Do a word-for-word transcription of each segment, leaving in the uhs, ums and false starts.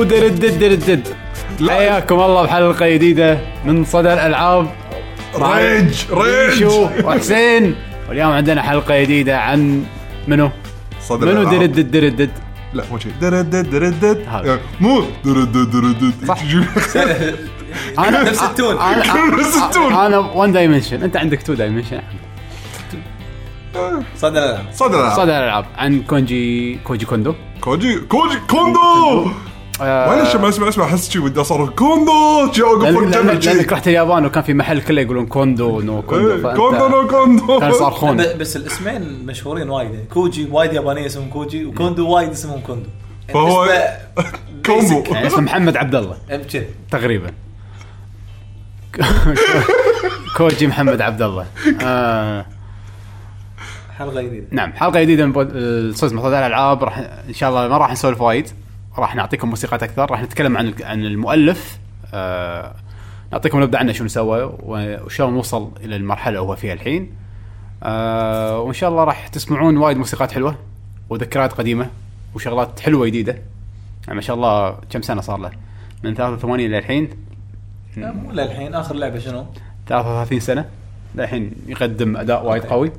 درد درد درد. حياكم الله بحلقة جديدة من صدى الألعاب. ريج ريج وحسين. واليوم عندنا حلقة جديدة عن منو؟ صدى منو الألعاب. درد درد درد. لا مو شيء درد درد درد هذا. مو درد درد صح. أنا نفس التون. نفس التون. أنا وان دايمنشن، أنت عندك تو دايمنشن. صدى الألعاب. صدى الألعاب. صدى الألعاب عن كونجي كوجي كوندو. كوجي كوجي كوندو. معلش ما اسمع اسمع احس شيء ودي اصير كوندو شي اوقف فوق جبل لأنك رحت اليابان وكان في محل كله يقولون كوندو نو كوندو. فأنت كوندو نو كوندو كان صارخون. بس الاسمين مشهورين وايد. كوجي وايد يابانية اسمهم كوجي، وكوندو وايد اسمهم كوندو. فهو كومبو. يعني اسمه محمد عبد الله ابشر تقريبا. كوجي محمد عبد الله. آه حلقة جديدة. نعم حلقة جديدة من صوت صدى الألعاب. راح إن شاء الله ما راح نسولف وايد، راح نعطيكم موسيقات أكثر. راح نتكلم عن عن المؤلف. آه نعطيكم نبدأ عنه شو نسوي وشلون نوصل إلى المرحلة اللي هو فيها الحين. آه وإن شاء الله راح تسمعون وايد موسيقات حلوة وذكريات قديمة وشغلات حلوة جديدة. يعني ما شاء الله كم سنة صار له من ثلاثة وثمانين للحين. لا مو للحين. آخر لعبة شنو؟ ثلاثة وثلاثين سنة للحين يقدم أداء وايد قوي.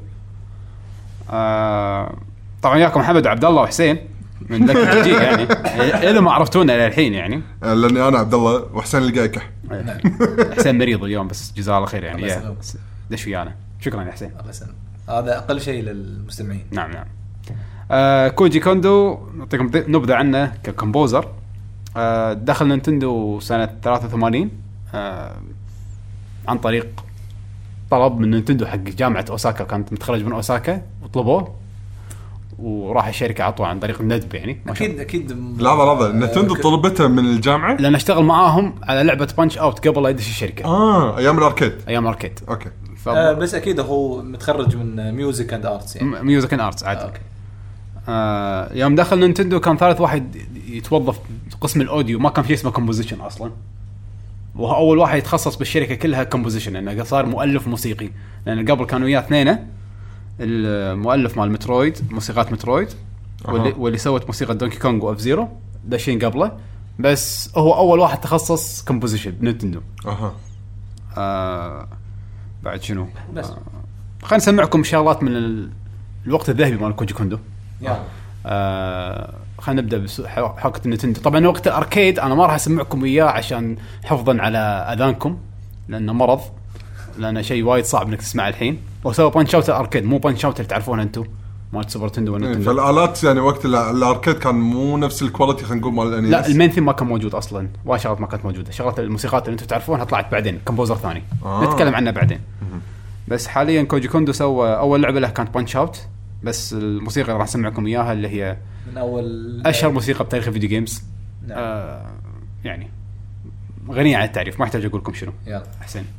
آه طبعا ياكم محمد عبد الله وحسين من ذاك الجيل يعني اذا ما عرفتونا الى الحين يعني لاني انا عبد الله وحسين اللي قايكح. حسين مريض اليوم بس جزاه الله خير يعني. الله دش ويانا. شكرا يا حسين. الله يسلمك. هذا اقل شيء للمستمعين. نعم نعم. آه كوجي كوندو نعطيكم نبذه عنه ككمبوزر. آه دخل نينتندو سنه ثلاثة وثمانين آه عن طريق طلب من نينتندو حق جامعة أوساكا. كانت متخرج من أوساكا وطلبوه وراح الشركة عطوه عن طريق الندب يعني. أكيد أكيد. لحظة لحظة نينتندو طلبتها من الجامعة لأن أشتغل معاهم على لعبة بانش أوت قبل لا يدش الشركة. آه أيام الأركيد. أيام الأركيد. أوكي. ف... آه بس أكيد هو متخرج من ميوزك أند آرتس يعني. ميوزك أند آرتس عادي. آه أوكي. آه يوم دخل نينتندو كان ثالث واحد يتوظف قسم الأوديو. ما كان في اسمه كومبوزيشن أصلاً. وهو أول واحد يتخصص بالشركة كلها كومبوزيشن لأنه صار مؤلف موسيقي. لأن قبل كانوا وياه اثنين، المؤلف مال مترويد موسيقات مترويد واللي, أه. واللي سوت موسيقى دونكي كونغ وأف زيرو داشين قبله. بس هو أول واحد تخصص كومبوزيشن بنينتندو. أها. آه بعد شنو بس آه خلينا نسمعكم شغلات من ال... الوقت الذهبي مال كوجي كوندو. يلا. آه خلينا نبدأ بحلقة النينتندو. طبعا وقت الأركيد أنا ما راح أسمعكم إياه عشان حفظا على أذانكم لأنه مرض، لأنه شيء وايد صعب إنك تسمع الحين. وسوى بانش أوت الأركيد مو بانش أوت اللي تعرفونه أنتم مال سوبر نينتندو ونينتندو. فالآلات يعني وقت الأركيد كان مو نفس الكواليتي خلينا نقول مال الأنيس. لا المين ثيم ما كان موجود أصلا. وايد شغلات ما كانت موجودة. شغلات الموسيقات اللي أنتم تعرفونها طلعت بعدين كمبوزر ثاني. آه. نتكلم عنه بعدين. بس حاليا كوجي كوندو سوى أول لعبة له كانت بانش أوت. بس الموسيقى اللي راح أسمعكم إياها اللي هي من أول أشهر موسيقى بتاريخ الفيديو جيمز. نعم. آه يعني غنية عن التعريف. ما أحتاج أقول لكم شنو. يلا. حسين.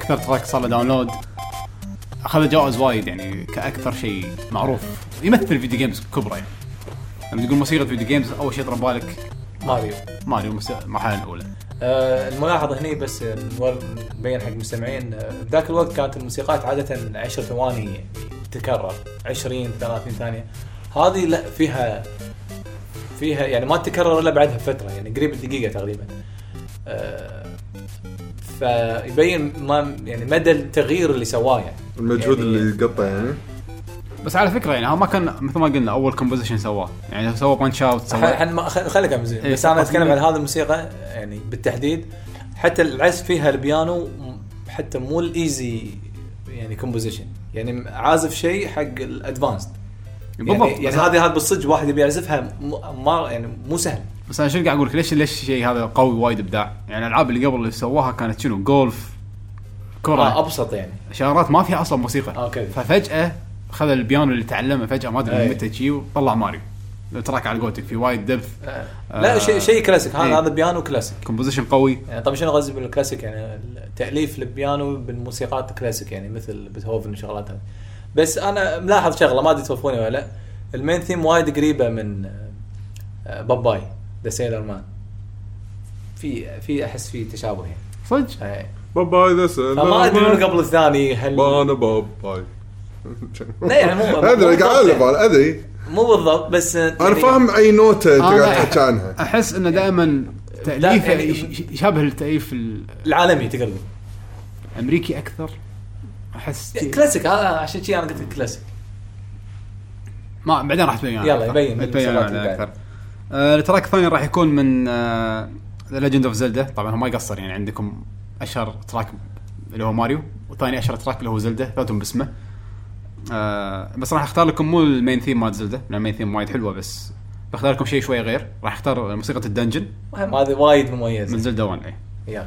اكثر تراك صار له داونلود، اخذ جوائز وايد يعني كاكثر شيء معروف يمثل فيديو جيمز كبرى. يعني لما تقول موسيقى فيديو جيمز اول شيء يطرب بالك ماريو ماريو المرحله الاولى. آه الملاحظه هني بس نبين حق المستمعين، ذاك آه الوقت كانت الموسيقات عاده عشر ثواني تكرر، عشرين ثلاثين ثانيه. هذه لا فيها فيها يعني ما تكرر الا بعدها فتره، يعني قريب الدقيقه تقريبا. آه فيبين ما يعني مدى التغيير اللي سواه، يعني المجهود يعني اللي قطع يعني. بس على فكره يعني ما كان مثل ما قلنا اول كومبوزيشن سواه، يعني سوى بانش اوت سوى خليك مزين. بس انا اتكلم عن هذه الموسيقى يعني بالتحديد، حتى العزف فيها البيانو حتى مو الايزي يعني كومبوزيشن، يعني عازف شيء حق الادفانسد يعني, يعني هذه هذا بالصدق واحد يبي يعزفها ما يعني مو سهل. بس انا شو قاعد اقول لك، ليش ليش شيء هذا قوي وايد ابداع. يعني الالعاب اللي قبل اللي سواها كانت شنو جولف كره آه ابسط، يعني شغلات ما فيها اصلا موسيقى. أوكي. ففجاه خذ البيانو اللي تعلمه فجاه ما ادري متى شيء وطلع ماريو. تراك على قولتك في وايد دبث. آه. لا آه شيء شيء كلاسيك هذا. إيه؟ هذا بيانو كلاسيك كومبوزيشن قوي يعني. طبعا شنو غزي بالكلاسيك يعني تاليف البيانو بالموسيقات الكلاسيك يعني مثل بيتهوفن وشغلات هذه. بس انا ملاحظ شغله ما ادري توافقوني ولا لا، المين ثيم وايد قريبه من باباي ذا سيلر مان، في في احس في تشابه يعني صدق. باباي ذا سيلر فما ادري من قبل الثاني هل انا باباي لا يعني مو ادري قاعد الف ادري مو بالضبط، بس انا يعني فاهم اي نوتة تقعد تحكي عنها. احس انه دائما تاليف يعني يشابه التاليف العالمي تقرب امريكي اكثر. احس كلاسيك هذا عشان شيء انا قلت كلاسيك. ما بعدين راح تبين يلا يبين يبين اكثر. آه التراك الثاني راح يكون من ذا ليجند اوف زلدا. طبعا هو ما يقصر يعني عندكم اشهر تراك اللي هو ماريو، وثاني اشهر تراك اللي هو زلدا، ثلاثهم باسمه. آه بس راح اختار لكم مو المين ثيم مال زلدا لان المين ثيم وايد حلوه، بس بختار لكم شيء شويه غير. راح اختار موسيقى الدنجن هذا وايد مميز من زلدا واحد. اي يلا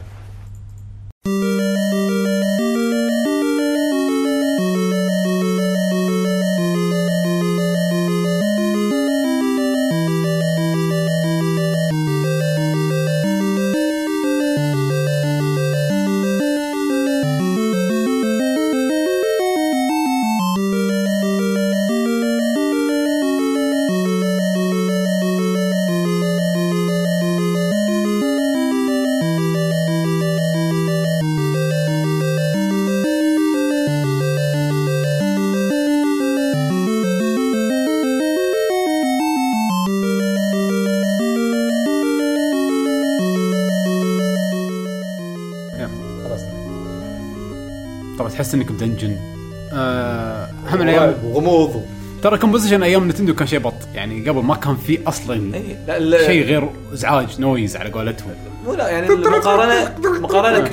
تحس انك بدنجن. أه هم من ايام غموض. ترى كومبوزيشن ايام نتندو كان شيء بط يعني، قبل ما كان في اصلا شيء غير ازعاج نويز على قولتهم. مو لا يعني المقارنه مقارنه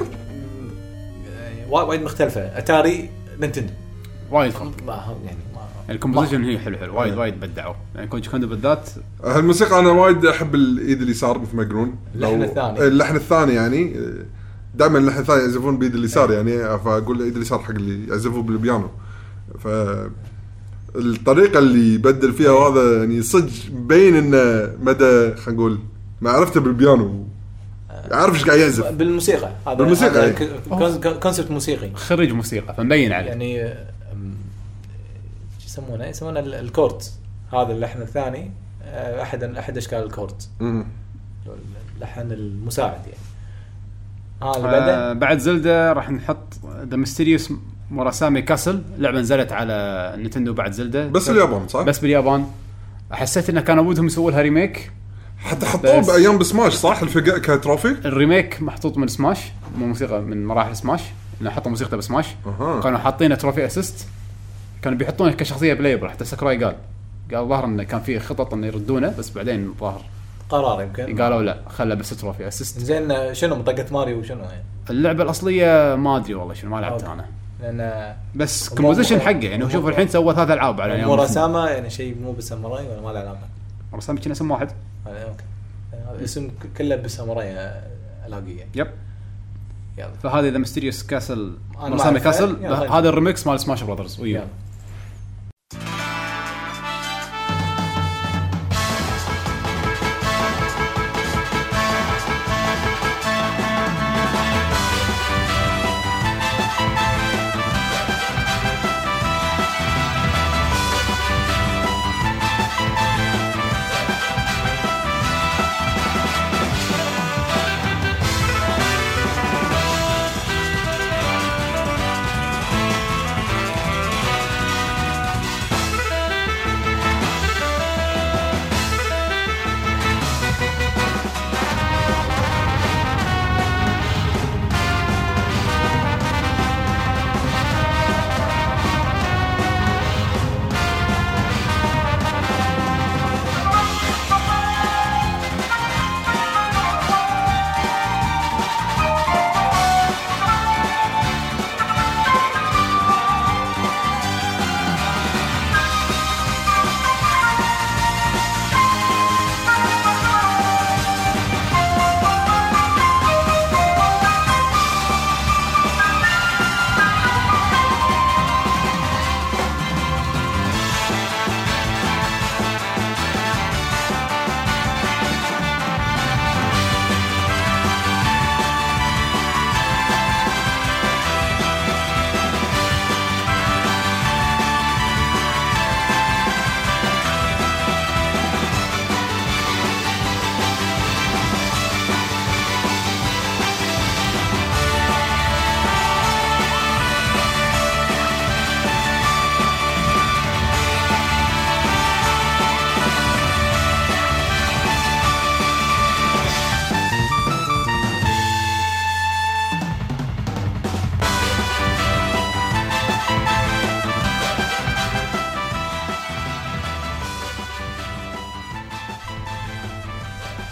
وايد مختلفه. اتاري نتندو وايد يعني الكومبوزيشن هي حلو حلو وايد وايد بدعوا يعني. كنت كوندو بالذات الموسيقى انا وايد احب الايد اليسار مثل ما يقولون. اللحن الثاني اللحن الثاني يعني دائما اللحن الثاني يعزفون بيد اليسار يعني، فاقول ايد اليسار حق اللي يعزفوا بالبيانو. فالطريقه اللي يبدل فيها وهذا يعني صدق بين انه مدى خلينا نقول ما عرفته بالبيانو، عارف ايش قاعد يعزف بالموسيقى. هذا بالموسيقى كونسبت موسيقي، خريج موسيقى فمبين عليه يعني. شو يسمونه يسمونه الكورد. هذا اللحن الثاني احد احد اشكال الكورد، اللحن المساعد يعني. آه بعد زلدة راح نحط ذا ميستيريوس موراسامي كاسل، لعبه نزلت على نينتندو بعد زلدة بس باليابان صح؟ بس باليابان. حسيت انه كان ودهم يسووا لها ريميك، حتى حطوه بايام بسماش صح الفقاء كتروفي. الريميك محطوط من سماش، مو موسيقى من مراحل سماش، انه حطوا موسيقى بسماش. أه. كانوا حاطينه تروفي اسيست، كانوا بيحطونه كشخصيه بلايبل. حتى ساكوراي قال قال ظهر انه كان في خطط انه يردونه، بس بعدين ظهر قرار يمكن قالوا لا خلى بس تروفي اسيست. زين شنو منطقه ماريو وشنو يعني اللعبه الاصليه ما ادري والله شنو، ما لعبتها انا لان بس كومبوزيشن حقه يعني. شوف الحين سوى ثلاث العاب على موراساما يعني شيء مو بساموراي ولا ما له علاقه. موراساما كنا اسم واحد اوكي اسم كله بساموراي الاقيه. يب يلا فهذه ذا ميستيريوس كاسل موراساما كاسل. هذا الريمكس مال سماش براذرز ويا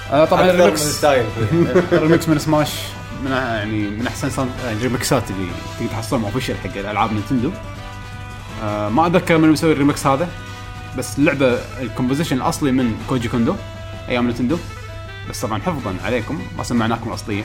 آه طبعا أكثر من الريمكس ستايل فيه. الريمكس من سماش من يعني من احسن صن... الريمكسات اللي تقدر تحصلهم اوفيشال حق الالعاب نينتندو. آه ما اتذكر من مسوي الريمكس هذا، بس اللعبه الكومبوزيشن الاصلي من كوجي كوندو ايام نينتندو، بس طبعا حفظا عليكم ما سمعناكم الاصليه.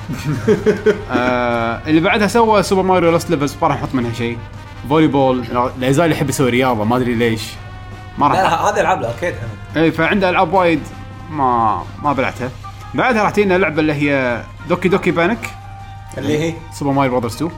آه اللي بعدها سوى سوبر ماريو لاست ليفلز، ما راح نحط منها شيء. فولي بول لا يزال يحب يسوي رياضه ما ادري ليش، ما راح. لا هذا العاب الاركيد اي فعنده العاب وايد ما ما بلعتها. بعدها راح تجينا لعبه اللي هي دوكي دوكي بانك اللي هي سوبر ماريو براذرز تو،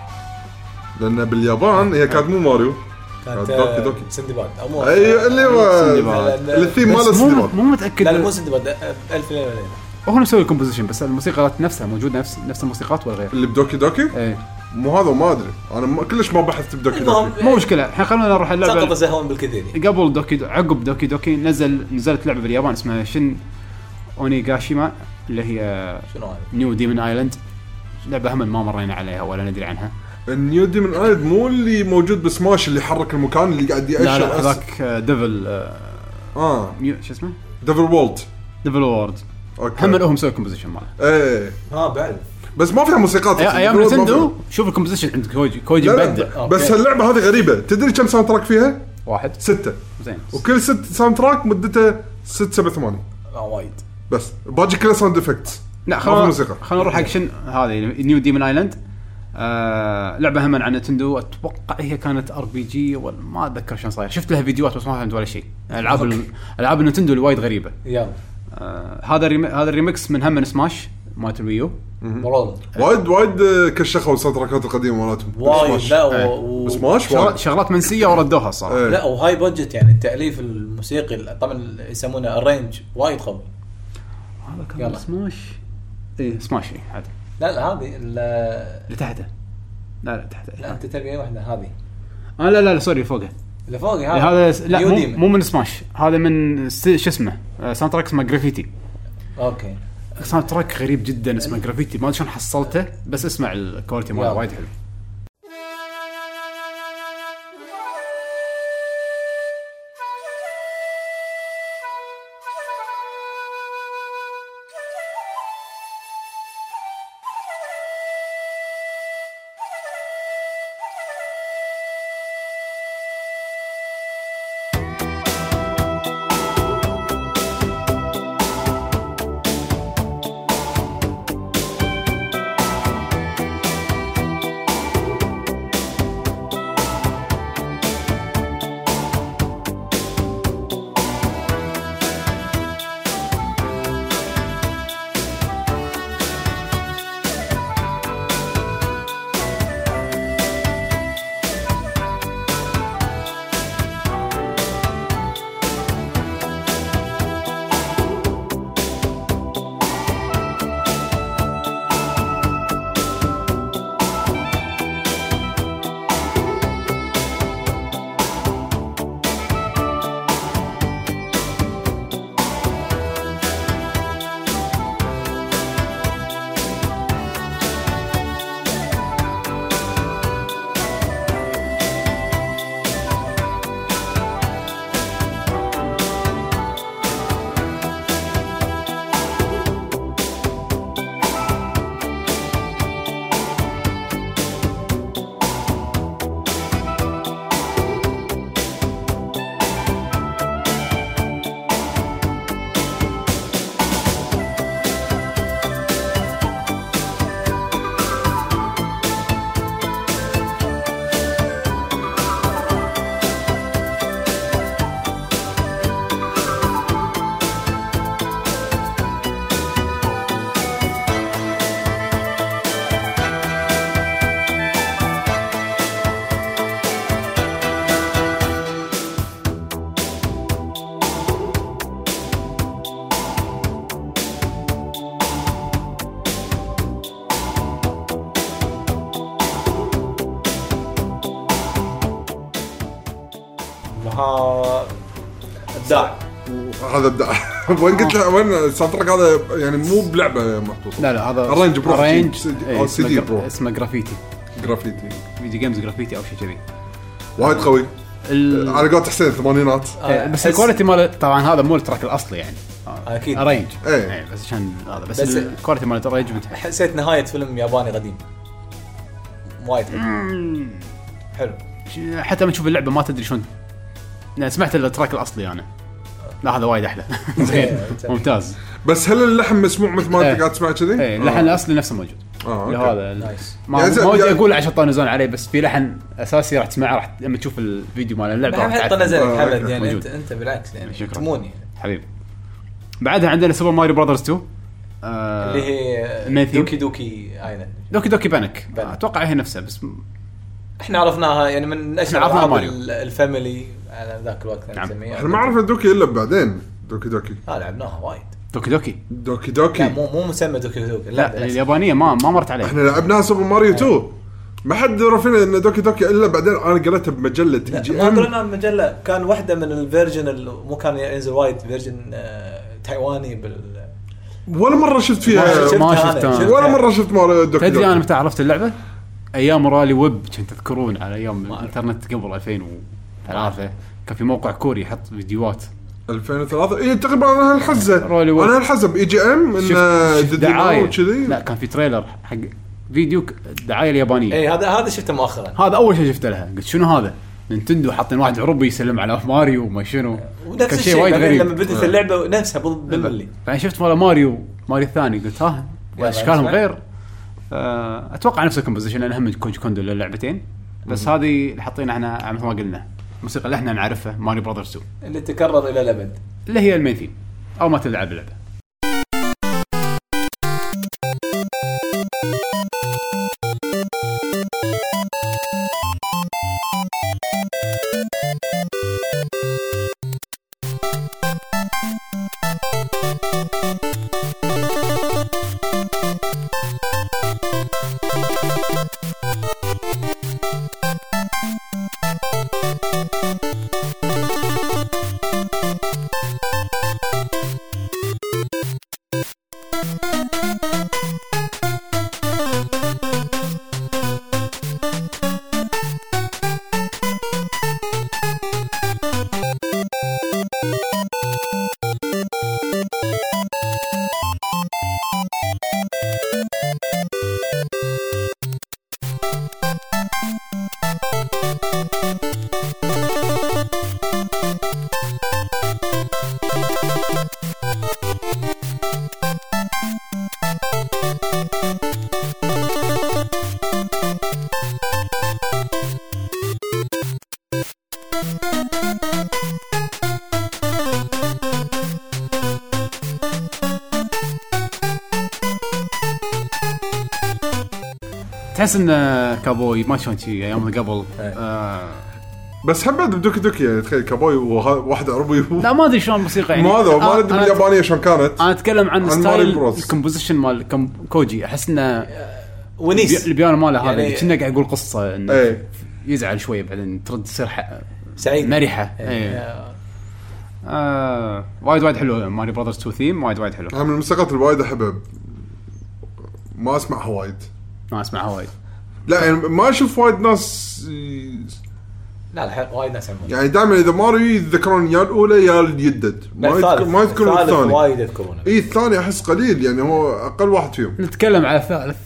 لان باليابان هي كانت مو ماريو، كانت دوكي دوكي سندباد او مو ايوه اللي هو الثيم مال سندباد. مو متاكد لا مو سندباد ألف ليلة وليلة هو مسوي الكومبوزيشن، بس الموسيقى نفسها موجوده نفس نفس الموسيقات ولا غير اللي بدوكي دوكي ايه. مو هذا ما ادري انا ما كلش ما بحثت بدوكي المهم، دوكي. مو مشكله الحين خلونا نروح سقط اللعبه زهون بالكثير. قبل دوكي دو... عقب دوكي دوكي نزل نزلت لعبه باليابان اسمها شن اونيغاشيما اللي هي شنو هذا؟ نيو ديمون ايلاند. لعبه هم ما مرينا عليها ولا ندري عنها. النيو ديمون ايلاند مو اللي موجود بسماش اللي يحرك المكان اللي قاعد يأشر؟ لا لا هذاك ديفل اه نيو شو اسمه ديفل وولت ديفل وورد. اوكي هم لهم سوي كومبوزيشن ماله ايه ها بعد بس ما فيها موسيقات يا ايام نينتندو. شوف الكومبوزيشن عند كوجي كوجي بدع. بس هاللعبه هذه غريبه. تدري كم ساوند تراك فيها؟ واحد ستة زين، وكل ست ساوند تراك مدته ست سبع ثمانية اه وايد. بس باجي كله ساوند افكتس. لا خلينا خلينا نروح حق شن هذه نيو ديمون ايلاند. آه لعبه هم عن نينتندو، اتوقع هي كانت ار بي جي ولا ما اتذكر شلون صاير. شفت لها فيديوهات بس ما فهمت ولا شيء. العاب ال... العاب نينتندو اللي وايد غريبه. يلا آه هذا الريم... هذا الريمكس من هم من سماش مالت الويو. والله وايد وايد كشخوا الساوند تراكات القديمه مالتهم وايد. لا و... سماش شغلات, شغلات منسيه وردوها الصراحه. ايه. لا وهاي بادجت يعني التاليف الموسيقي طبعا يسمونه الرينج وايد قوي. هذا كان سماش ايه سماش ايه عادي. لا لا هذه اللي تحته. لا لا تحته. لا انت تبي واحده هذه. اه لا لا سوري فوقه اللي فوقي هذا. هذا لا مو, مو من سماش، هذا من شو اسمه ساوند تراك اسمه جرافيتي. اوكي ساوند تراك غريب جدا اسمه جرافيتي، ما ادري شلون حصلته بس اسمع الكواليتي ماله وايد حلو. ها ابداع. هذا ابداع. وين قلت له وين الساوند تراك هذا يعني مو بلعبه محطوطه. لا لا هذا الرينج برو رينج او سي دي برو اسمه جرافيتي. جرافيتي فيديو جيمز جرافيتي او شيء كذي وايد قوي. ال... على قولة حسين الثمانينات. آه بس الكواليتي مال طبعا هذا مو التراك الاصلي يعني أكيد. رينج إيه. يعني بس عشان هذا بس, بس- الكواليتي مالت رينج متح- حسيت نهاية فيلم ياباني قديم وايد حلو. حتى ما تشوف اللعبه ما تدري شلون. أنا سمعت التراك الاصلي انا لا هذا وايد احلى زين ممتاز. بس هل اللحن مسموع مثل ما إيه. انت قاعد تسمع كذي؟ ايه اللحن الاصلي نفسه موجود. اه اللي أوكي. هذا نايس. ما يعني زي- ما ودي يعني- اقول عشان طنزون عليه بس في لحن اساسي راح تسمعه راح لما تشوف الفيديو مال اللعبه راح حتى تعرف. نزلك آه، حمد أوكي. يعني موجود. انت انت بالعكس يعني شكراً. تموني حبيبي. بعدها عندنا سوبر ماريو براذرز تو آه اللي هي الميثيو. دوكي دوكي ايضا. دوكي دوكي بانك بانك. اتوقع هي نفسها بس م- احنا عرفناها يعني من اشهر عرفنا ألعاب ماريو. ال- الفاميلي على ذاك الوقت نعم. نسميه. احنا ما عرفنا دوكي الا بعدين. دوكي دوكي لا لعبناها وايد. دوكي دوكي دوكي لا دوكي مو مو مسمى دوكي دوكي لا بالعكس. اليابانيه ما ما مرت علي. احنا لعبناها سوبر ماريو اثنين. ما حد عرفنا ان دوكي دوكي الا بعدين. انا قريتها بمجله لا، جي ما ام. قلنا مجله كان واحده من الفيرجن اللي مو كان ينزل وايد فيرجن آه، تايواني بال ولا مره شفت ما فيها. شفت- ما شفتها شفتها. أنا، شفتها. ولا مره شفت ماريو دوكي تدري دوكي. انا متى عرفت اللعبه؟ ايام رالي ويب كنت تذكرون على ايام الانترنت قبل ألفين وثلاثة كان في موقع كوري يحط فيديوهات ألفين وثلاثة اي تقريبا. انا هالحزه رولي ويب. انا هالحزه باي جي ام ان شفت ديدي دعايه مو كذي. لا كان في تريلر حق فيديو ك- دعايه اليابانيه. اي هذا هذا شفته مؤخرا. هذا اول شيء شفته لها قلت شنو هذا نينتندو حاطين واحد عربي يسلم على ماريو وما شنو ونفس كان الشيء بعدين غريب. لما بدت اللعبه نفسها بال- بالملي. بعدين شفت مال ماريو ماريو الثاني قلت ها يلا، اشكالهم اسمع. غير. آه، اتوقع نفس الكومبوزيشن لان هم كوجي كوندو للعبتين بس هذه اللي حاطينها احنا مثل ما قلنا الموسيقى اللي احنا نعرفها ماريو براذرز تو اللي تكرر الى الابد. اللي هي المين ثيم او ما تلعب اللعبه. تحس ان كابوي ما شلون شي ايام قبل آه بس هم بعد بدوكي دوكي يعني تخيل كابوي وواحد عربي و... لا ما ادري شلون الموسيقى يعني ما هذا ما آه، ندري أنا- باليابانيه شلون كانت. انا اتكلم عن عن ستايل ماريو بروس. الكومبوزيشن مال كم- كوجي احس انه ونيس البيانو ماله هذا يعني- كنا قاعد يقول قصه انه ايه. يزعل شويه بعدين ترد تصير ح- سعيد مرحه إيه. ايه. آه وايد وايد حلو ماريو براذرز تو ثيم وايد وايد حلو. هم من الموسيقات اللي وايد احبها. ما اسمعها وايد. ما اسمعها وايد. لا يعني ما اشوف وايد ناس لا لا وايد ناس عمون. يعني دائما اذا ماريو يتذكرون يا الاولى يا الجدد ما يذكر ما يذكرون الثاني. وايد يذكرونه. اي الثاني احس قليل يعني هو اقل واحد فيهم. نتكلم على الثالث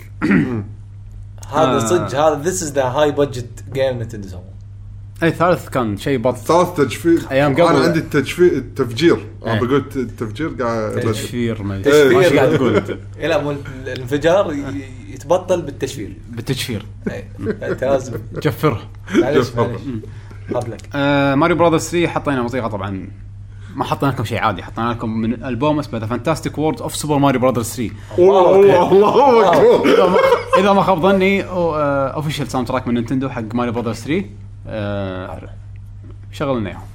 هذا آه. صدق هذا this is the high budget game نينتندو سووه. اي الثالث كان شيء بط ثالث تجفير أيام قبل. انا عندي التجفير التفجير انا إيه. بقول التفجير قاعد أبدل. تشفير ما تشفير. ما إيش قاعد تقول انت إيه لا مو الانفجار ي- يتبطل بالتشفير. بالتشفير إيه. انت لازم جفره. معلش معلش قبلك. آه ماريو براذرز ثري حطينا موسيقى طبعا ما حطينا لكم شيء عادي حطينا لكم من البوم اسمه ذا فانتاستيك وورد اوف سوبر ماريو براذرز ثري. الله الله الله اكبر. اذا ما اذا ما خاب ظني اوفيشال ساوند تراك من نينتندو حق ماريو براذرز ثري. آه شغلنا اياهم.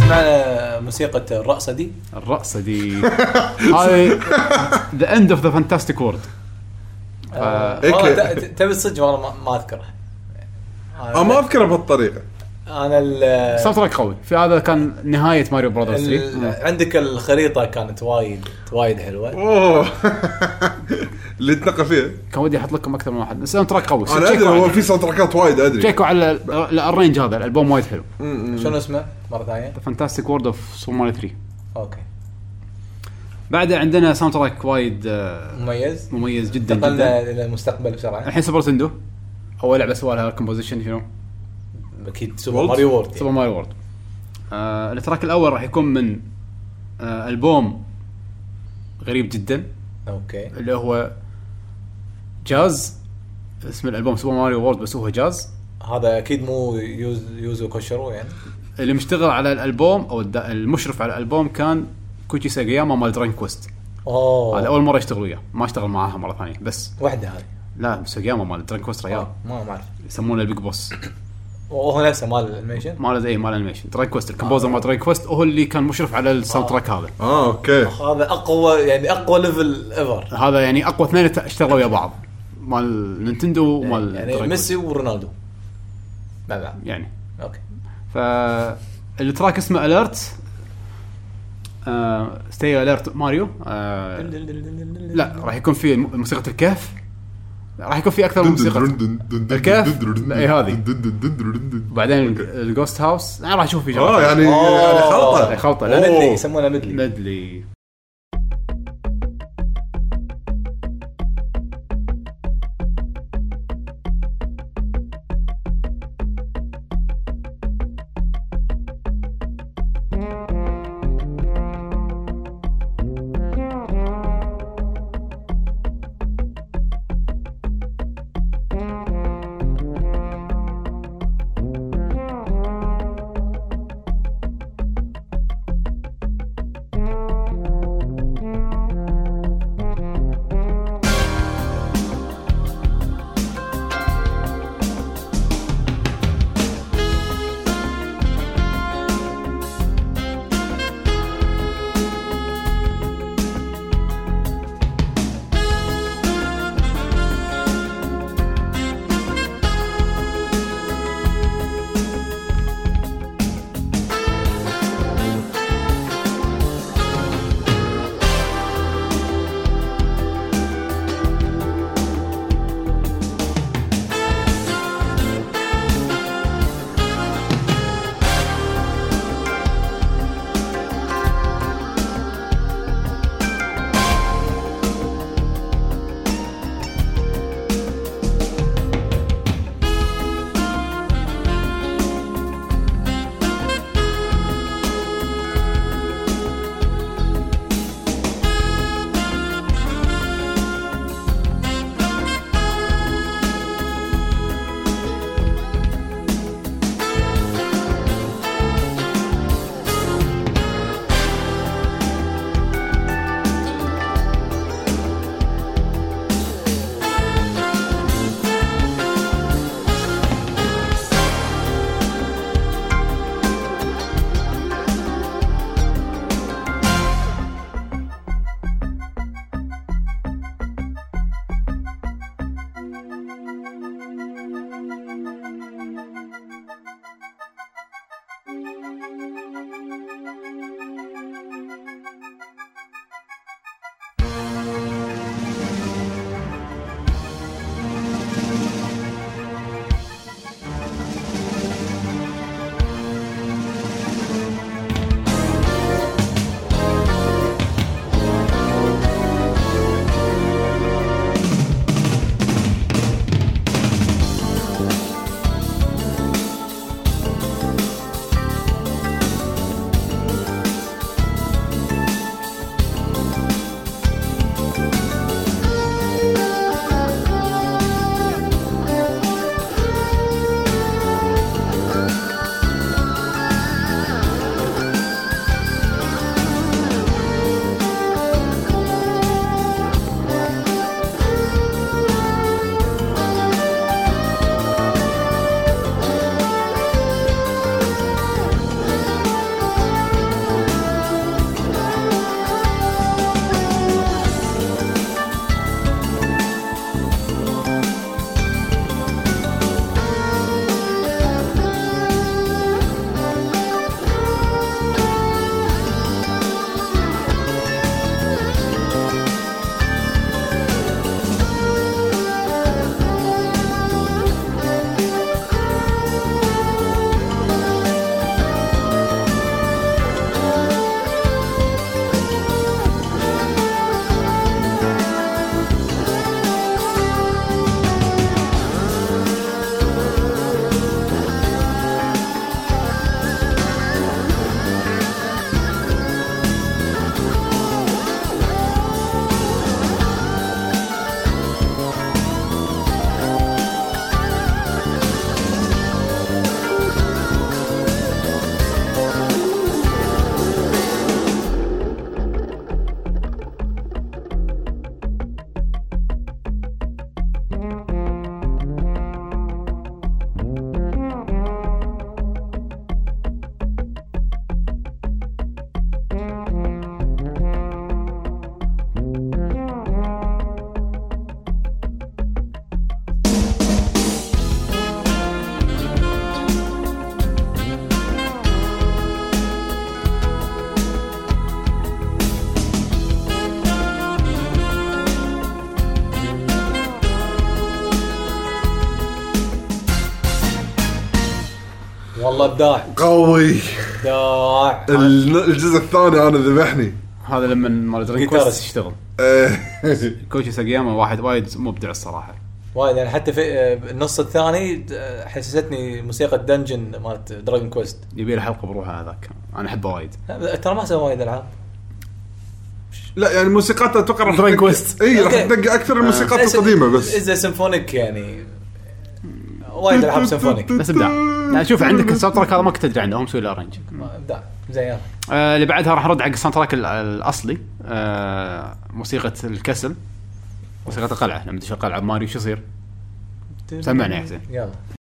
سمعنا موسيقى الرقصة دي الرقصة دي هاي The End of the Fantastic World. والله تبي الصدق والله ما أذكره. أنا ما أذكره بهالطريقة. أنا ال ساوند تراك قوي في هذا كان نهاية ماريو برادرز ثري. عندك الخريطة كانت وايد وايد حلوة. أوه اللي تنقى فيها. كان ودي أحط لكم أكثر من واحد. ساوند تراك قوي. أنا أدري هو في ساوند تراكات وايد أدري. شيكوا على الرينج هذا الألبوم وايد حلو. شنو اسمه مرة ثانية؟ The Fantastic World of Super Mario ثري. أوكي. بعدها عندنا ساوند تراك وايد مميز مميز جدا جدا. انتقلنا إلى المستقبل بسرعة. الحين سوبر نتندو أول لعبة سووا لها كومبوزيشن شنو؟ أكيد سوبر ماريو وورد. سوبر ماريو وورد. آه التراك الأول راح يكون من آه ألبوم غريب جدا. أوكي. اللي هو جاز. اسم الألبوم سوبر ماريو وورد بس هو جاز. هذا أكيد مو يوز يوزو كوشيرو يعني. اللي مشتغل على الألبوم أو المشرف على الألبوم كان كوتشي ساغياما مال درين كويست. أوه. هذا أول مرة يشتغل وياه ما اشتغل معاها مرة ثانية بس. واحدة هذه. لا ساغياما مال درين كويست ريال. ما ما أعرف. يسمونه البيج بوس. وهو نفسه مال الانيميشن مال زي مال الانيميشن درين كويست الكمبوزر مال درين كويست هو اللي كان مشرف على الساوند تراك هذا. اه اوكي. هذا اقوى يعني اقوى ليفل ايفر. هذا يعني اقوى اثنين اشتغلوا ويا بعض مال نينتندو ومال يعني ميسي ورونالدو مع بعض يعني. اوكي. فالتراك اسمه اليرت ستي اليرت ماريو. آه لا راح يكون في موسيقى الكهف. راح يكون في اكثر من موسيقى الكهف اي هذه. وبعدين الجوست هاوس انا راح اشوف في اه يعني يعني خلطه خلطه مدلي يسمونها مدلي مدلي. والله ابداع قوي. ابداع. الجزء الثاني انا ذبحني. هذا لما مال دراجون كويست يشتغل كوتشي ساقياما واحد وايد مبدع الصراحه وايد يعني. حتى في النص الثاني حسستني موسيقى دنجن مالت دراجون كويست. يبي له حلقه بروحه هذاك انا احبه وايد. ترى ما سوى وايد العاب. لا يعني موسيقات اتوقع راح دراجون كويست اي راح تدق اكثر الموسيقات القديمه بس اذا سيمفونيك يعني وايد العاب سيمفونيك بس ابداع. يعني شوف عندك الساوند تراك هذا ما كنت ادري عنه هم مسوي له ارنج ابداع زين. آه اللي بعدها راح ارد حق الساوند تراك الاصلي. آه موسيقى الكسل موسيقى القلعه لما تشغل قلعه ماريو شو يصير سمعنا يا حسين يلا.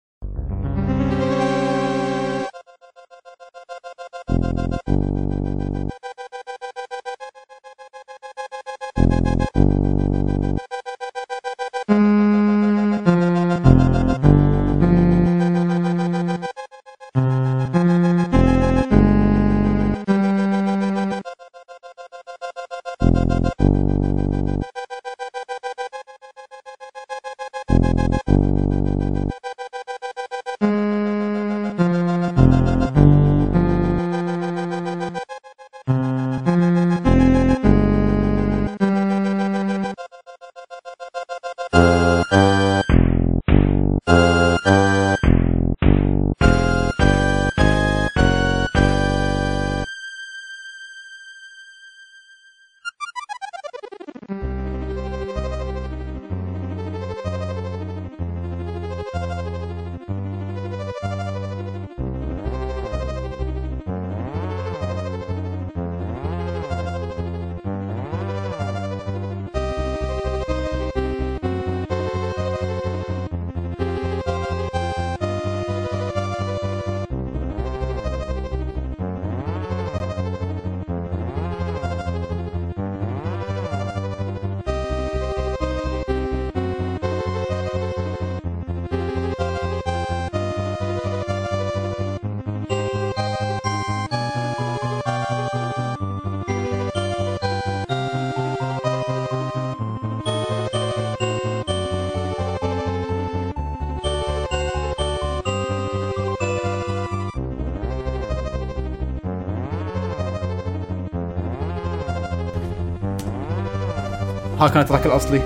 ها كانت التراك الاصلي.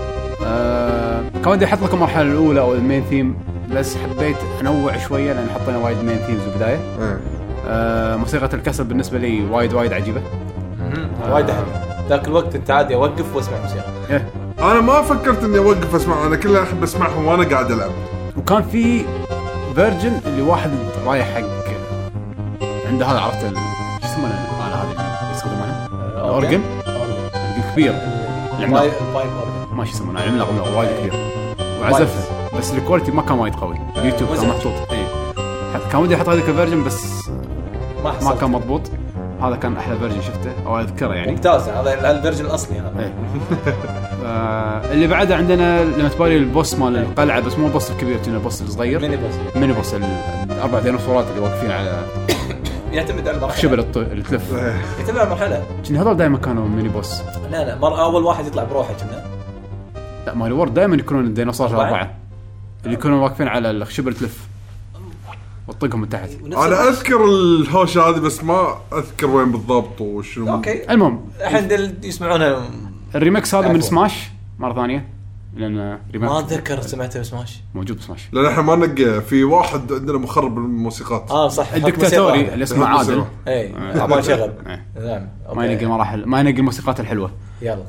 آه كان ودي احط لكم المرحله الاولى او المين ثيم بس حبيت انوع شويه لان حطينا وايد مين ثيمز بالبدايه. آه موسيقى الكسل بالنسبه لي وايد وايد عجيبه. آه وايد احب ذاك الوقت انت عادي اوقف واسمع موسيقى. إيه. انا ما فكرت اني اوقف اسمع انا كلها احب اسمعهم وانا قاعد العب. وكان في فيرجن اللي واحد رايح حق عنده هذا عرفت ال... شو اسمه انا هذا اللي يستخدمونه الاورجن كبير البايب ما شو يسمونه العملاق وايد كبير وعزفه بس الكواليتي ما كان وايد قوي. اليوتيوب كان محطوط اي حتى كان ودي احط هذيك الفيرجن بس ما, ما كان مضبوط. هذا كان احلى فيرجن شفته او اذكره يعني ممتاز. هذا الفيرجن الاصلي هذا. ايه. آه اللي بعده عندنا لما تبالي البوس مال القلعه بس مو البوس الكبير كنا البوس الصغير ميني بوس ميني بوس الاربع ديناصورات اللي واقفين على يعتمد على المرحله خشبه اللي تلف يعتمد على المرحله. كنا هذول دائما كانوا ميني بوس. لا لا مره اول واحد يطلع بروحه كنا لا ماري وورد دائما يكونون الديناصورات الاربعه اللي يكونوا واقفين على الخشبه اللي تلف وتطقهم من تحت. انا اذكر الهوشه هذه بس ما اذكر وين بالضبط وشنو. اوكي المهم الحين يسمعونها الريمكس هذا من سماش مره ثانيه لان ريمكس ما اتذكر سمعته بسماش موجود بسماش لان احنا ما نلقى في واحد عندنا مخرب الموسيقات. اه صح الدكتاتوري اللي اسمه عادل اي ابغى شغل نعم ما ينقي مراحل ما ينقي الموسيقات الحلوه. يلا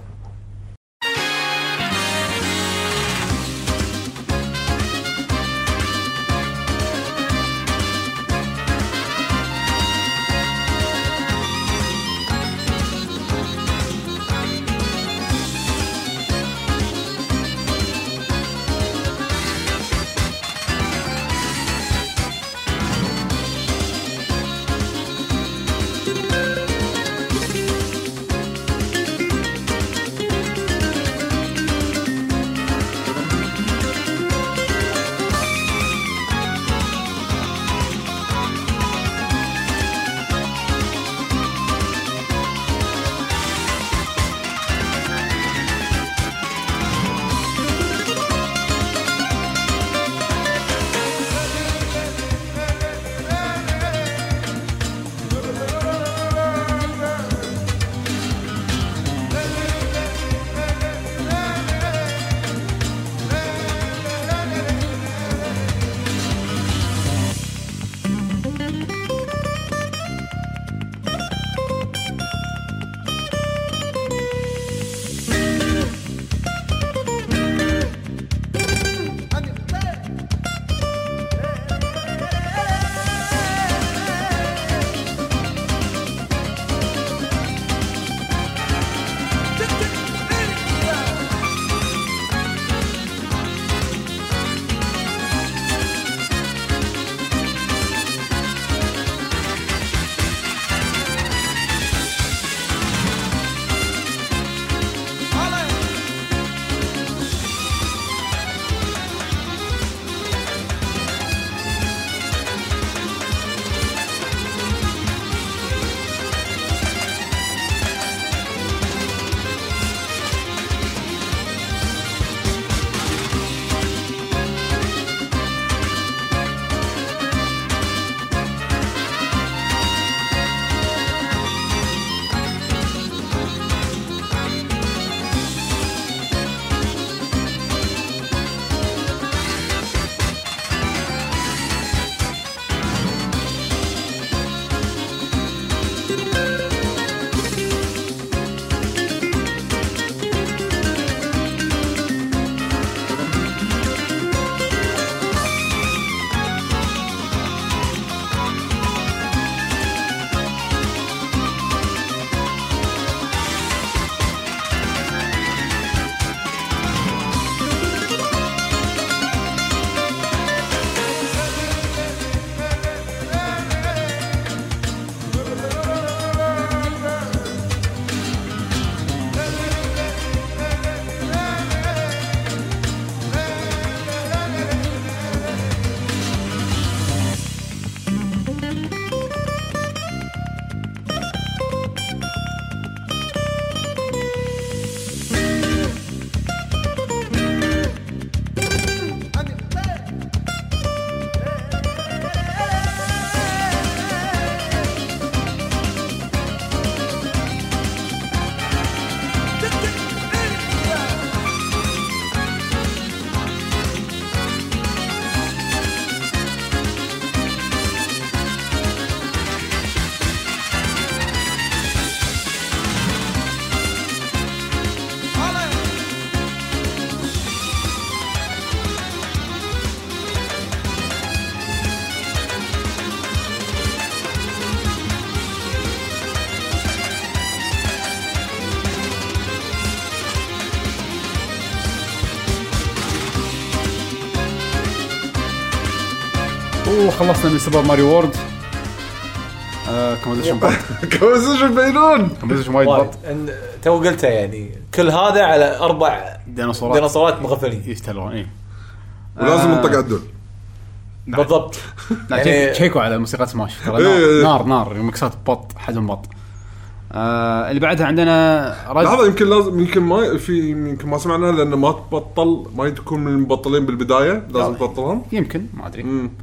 وخلصنا من سوبر ماريو وورد. آه كومبوزيشن بط كومبوزيشن بينون كومبوزيشن وايد بط. تو قلتها يعني كل هذا على اربع ديناصورات ديناصورات مغفلين يشتغلون. ايه ولازم ننطق عدل بالضبط. يعني تشيكوا على موسيقى سماش ترى إيه. نار نار مكسات بط حجم بط. آه اللي بعدها عندنا رد... هذا يمكن لازم يمكن ما في يمكن ما سمعنا لأنه ما تبطل ما تكون من المبطلين بالبداية لازم تبطلهم يمكن ما أدري.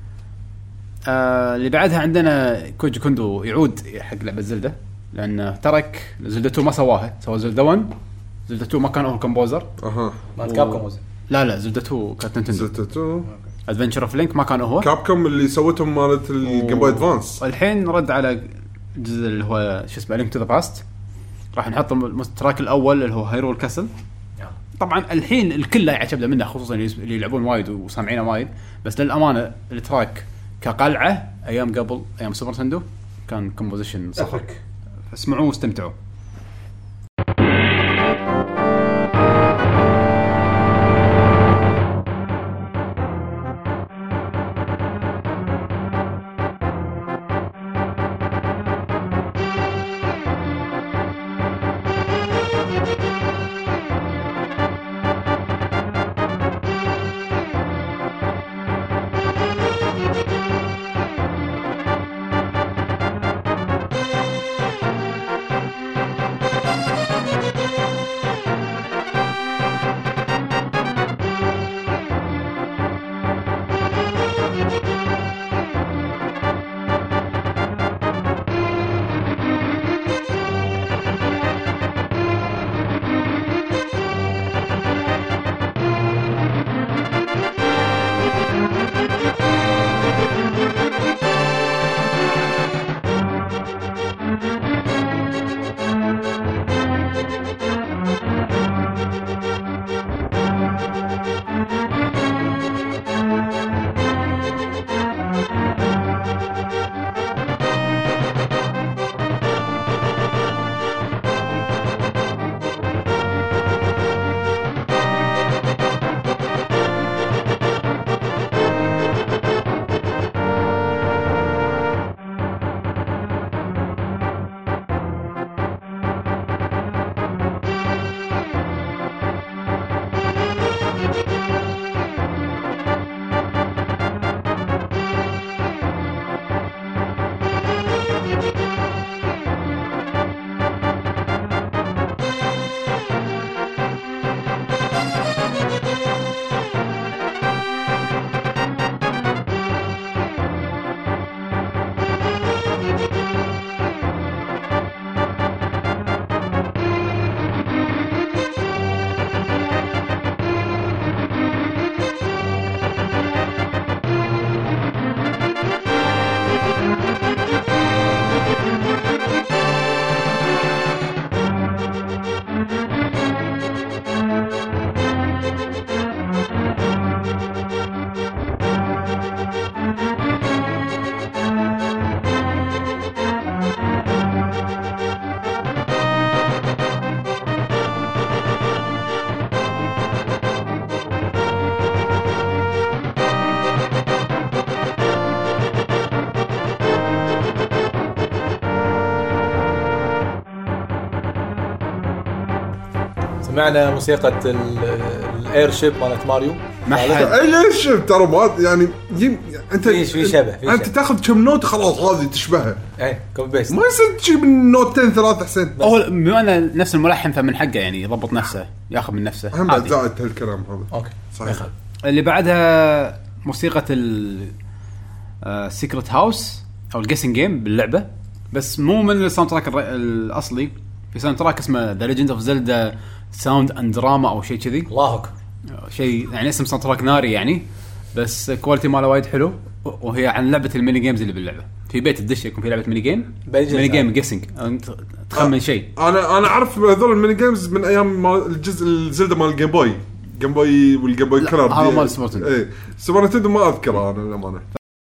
آه اللي بعدها عندنا كوجي كوندو يعود حق لعبة زلدة لأنه ترك زلدة تو ما سواها سوى زلدة ون زلدة تو ما كان هو كومبوزر. أها ما كابكوم و... لا لا زلدة تو كانت نينتندو. زلدة تو ادفنتشر اوف لينك ما كان هو كابكوم اللي سوتهم مالت الجيم بوي ادفانس. والحين رد على الجزء اللي هو شو اسمه لينك تو ذا باست. راح نحط التراك الاول اللي هو هايرول كاسل. طبعا الحين الكل لا يعجب له منه خصوصا اللي يلعبون وايد وسامعينه وايد بس للامانه التراك كقلعه ايام قبل ايام سوبر نتندو كان كومبوزيشن صفر. اسمعوه واستمتعوا. سمعنا موسيقى الاير شيب مالت ماريو ما حد اي ليش ترى ما يعني يم... انت في في شبه في انت شبه. تاخذ كم نوت خلاص هذه تشبهها اي كوبي بيست. ما يصير تجيب نوتين ثلاث حسين هو بما انه نفس الملحن فمن حقه يعني يضبط نفسه ياخذ من نفسه هم بعد عادي. زائد هالكلام هذا اوكي صحيح. اللي بعدها موسيقى ال سيكريت هاوس او الجيسنج جيم باللعبه بس مو من الساوند تراك الر- الاصلي. في ساوند تراك اسمه ذا ليجند اوف زلدا ساوند اند دراما او شيء كذي الله اكبر. شيء يعني اسم ساوند تراك ناري يعني بس كواليتي ماله وايد حلو وهي عن لعبه الميني جيمز اللي باللعبه. في بيت الدش يكون في لعبه ميني جيم ميني جيم جيسنج انت تخمن شيء. انا انا اعرف هذول الميني جيمز من ايام ما الجزء الزلدا مال الجيم بوي جيم بوي والجيم بوي كلر هذا مال سوبر نتندو. اي سوبر نتندو ما اذكره انا للامانه.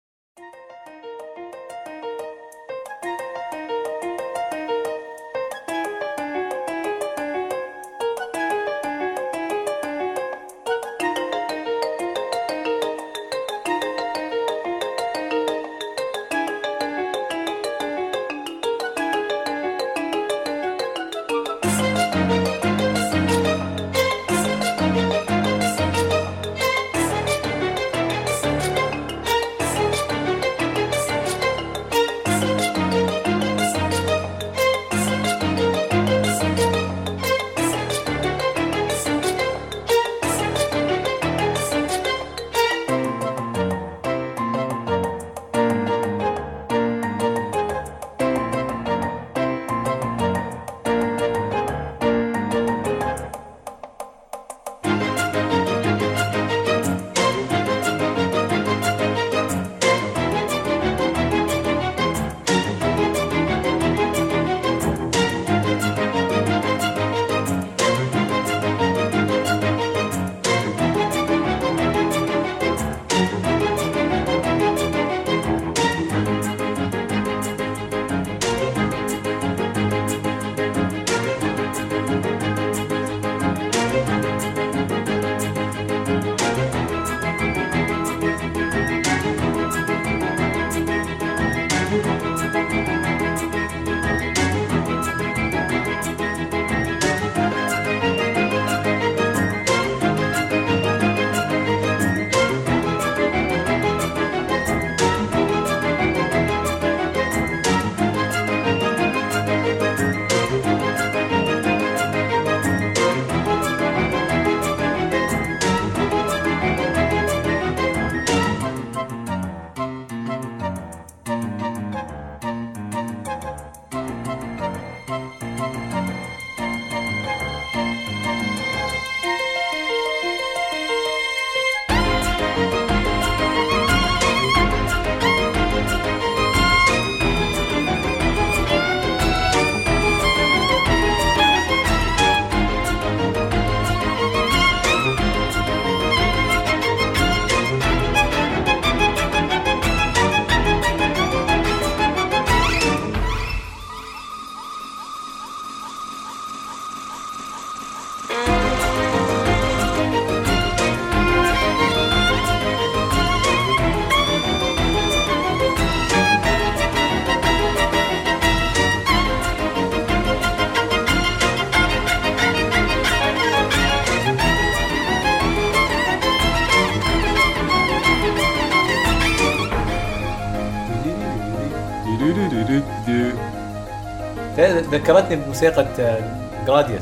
ذكرتني بموسيقى جراديوس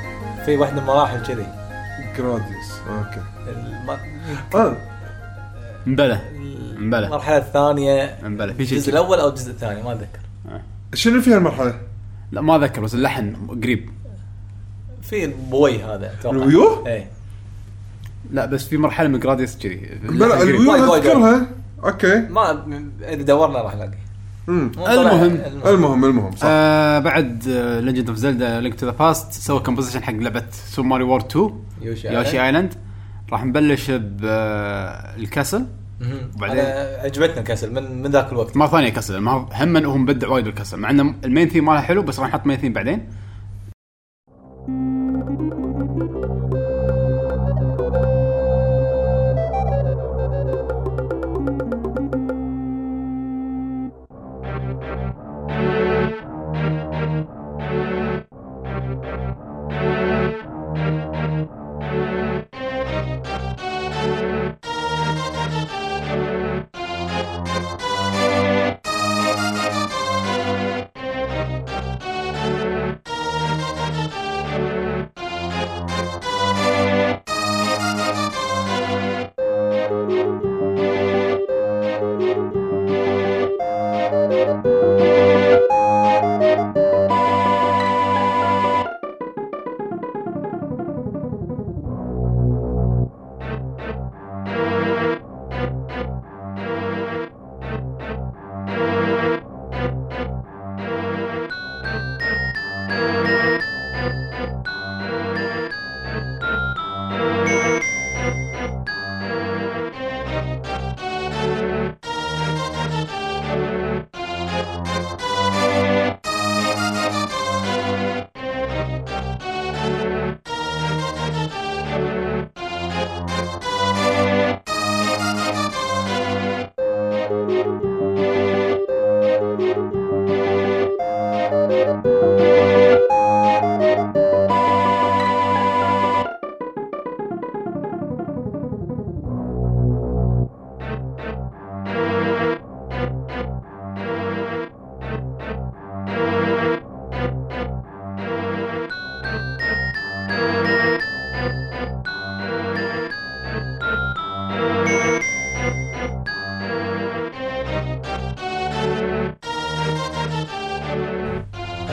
في واحدة من المراحل كذي. جراديوس اوكي الم... اه مبلى مبلى المرحلة الثانية مبلى في شيء الجزء الأول أو الجزء الثاني ما أتذكر. شنو فيها المرحلة؟ لا ما أذكر بس اللحن قريب. في البوي هذا أتوقع. الويو؟ إيه. لا بس في مرحلة من جراديوس كذي. لا الويو أذكرها. اوكي. ما إذا دورنا راح نلاقي. المهم المهم المهم صح. آه بعد ليجند اوف زلدا لينك تو ذا باست سوى كومبوزيشن حق لعبه سوبر ماريو وورد تو يوشي, يوشي ايلاند. راح نبلش بالكاسل وبعدين عجبتنا كاسل من من ذاك الوقت مره ثانيه كاسل ما هم انه مبدع وايد بالكاسل مع انه المين ثيم ماله حلو بس راح نحط مين ثيم بعدين.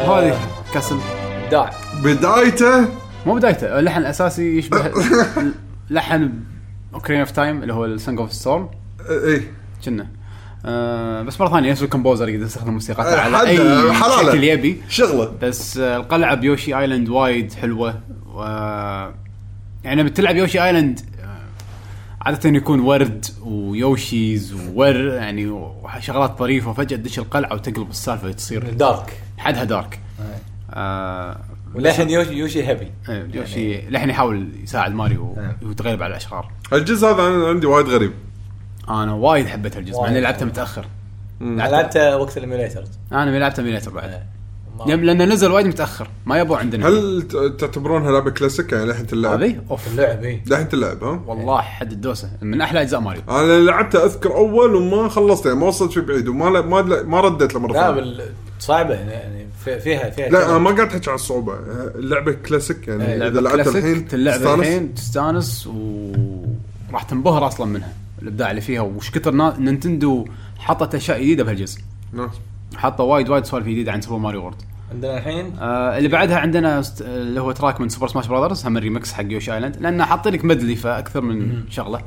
هذه كاسل داع بدايته مو بدايته اللحن الاساسي يشبه لحن اوكرين اوف تايم اللي هو السنج اوف ستورم ايه كنا أه بس مره ثانيه نفس الكمبوزر يقدر يستخدم موسيقى أه على اي حلالة. شكل يبي شغله. بس القلعه بيوشي ايلاند وايد حلوه و يعني بتلعب يوشي ايلاند عاده يكون ورد ويوشيز وور يعني وشغلات طريفه وفجاه تدش القلعه وتقلب السالفه تصير دارك حدها دارك آه ولحن يوشي يوشي هبي يوشي يعني لحن يحاول يساعد ماريو ويتغلب على الاشرار. الجزء هذا أنا عندي وايد غريب. انا وايد حبيت الجزء مع اني لعبته متاخر. لعبته وقت الايميوليتر. انا لعبته ايميوليتر بعد يب لأنه نزل وايد متأخر ما يبوا عندنا. هل تعتبرونها لعبة كلاسيك يعني لحن اللعب؟ هذه أوف اللعب إيه لحن اللعب ها؟ والله حد الدوسة من أحلى أجزاء ماريو. أنا لعبته أذكر أول وما خلصت يعني ما وصلت في بعيد وما ما ما رديت لمرة ثانية. لا بال صعبة يعني فيها فيها. لا أنا ما قاعد أحكي عن الصعوبة اللعبة كلاسيك يعني إذا لعبت الحين تلعب الحين تستانس وراح تنبهر أصلا منها الإبداع اللي فيها وش كتر نينتندو حطت أشياء جديدة بهالجزء. نعم. حطوا وايد وايد سوالف جديدة عن سوبر ماريو وورد. عندنا الحين آه اللي بعدها عندنا است... اللي هو تراك من سوبر سماش براذرز هم الريمكس حق يوشي ايلاند لانه حاطين لك مدلي فاكثر من شغله.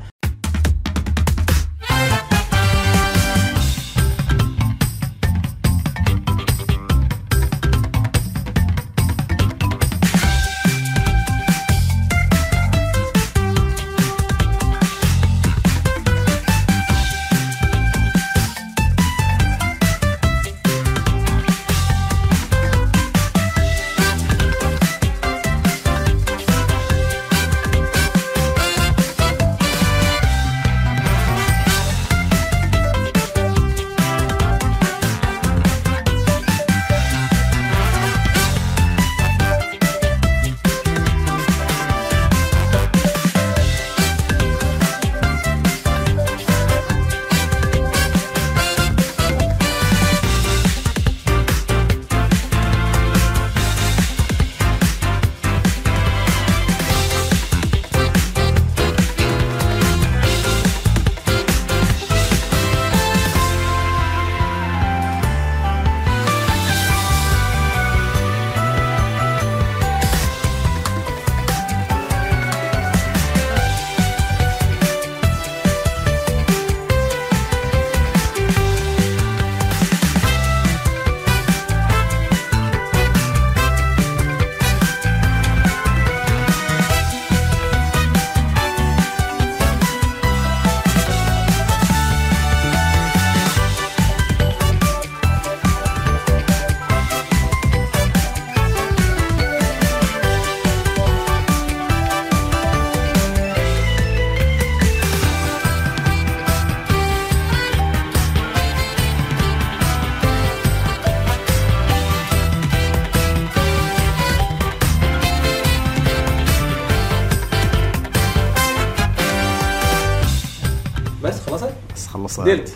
دلت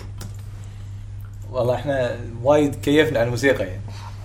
والله احنا وايد كيفنا على الموسيقى يعني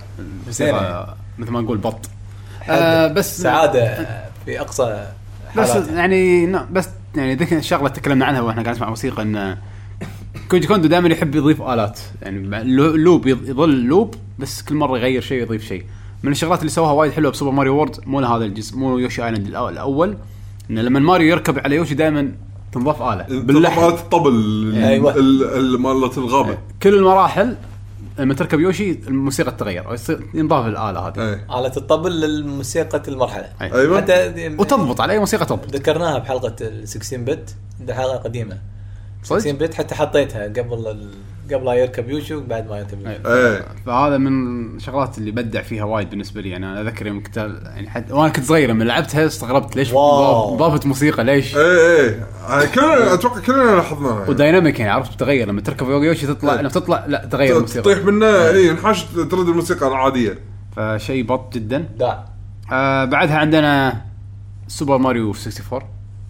موسيقى مثل ما نقول بط آه بس سعادة في أقصى بس يعني بس يعني ذيك الشغلة تكلمنا عنها واحنا قاعد نسمع موسيقى إن كوجي كوندو دائما يحب يضيف آلات يعني لوب يظل لوب بس كل مرة يغير شيء يضيف شيء. من الشغلات اللي سواها وايد حلوة بسوبر ماريو وورد مو هذا الجزء مو يوشي آيلاند الأول إنه لما ماريو يركب على يوشي دائما تنضاف آلة باللحن مالت الطبل أيوة. مالت الغابة كل المراحل لما تركب يوشي الموسيقى تتغير ينضاف الآلة هذه آلة الطبل للموسيقى المرحلة أيوة. حتى وتضبط على أي موسيقى تضبط. ذكرناها بحلقة ستاشر بت ده حلقة قديمة ستاشر بت حتى حطيتها قبل ال... قبل لا يركب يوشي بعد ما يركب يوشي. أيه. فهذا من شغلات اللي بدع فيها وايد بالنسبة لي يعني أنا أذكر يوم كنت يعني حتى وأنا كنت صغير لما لعبتها استغربت ليش ضافت موسيقى ليش. إيه إيه كلنا أتوقع كلنا لاحظناها. يعني. ودايناميك يعني عرفت تغير لما تركب يوشي تطلع لما تطلع لا تغير الموسيقى. تطيح منه إيه نحاش ترد الموسيقى العادية. فشيء بط جدا. دا. آه بعدها عندنا سوبر ماريو أربعة وستين.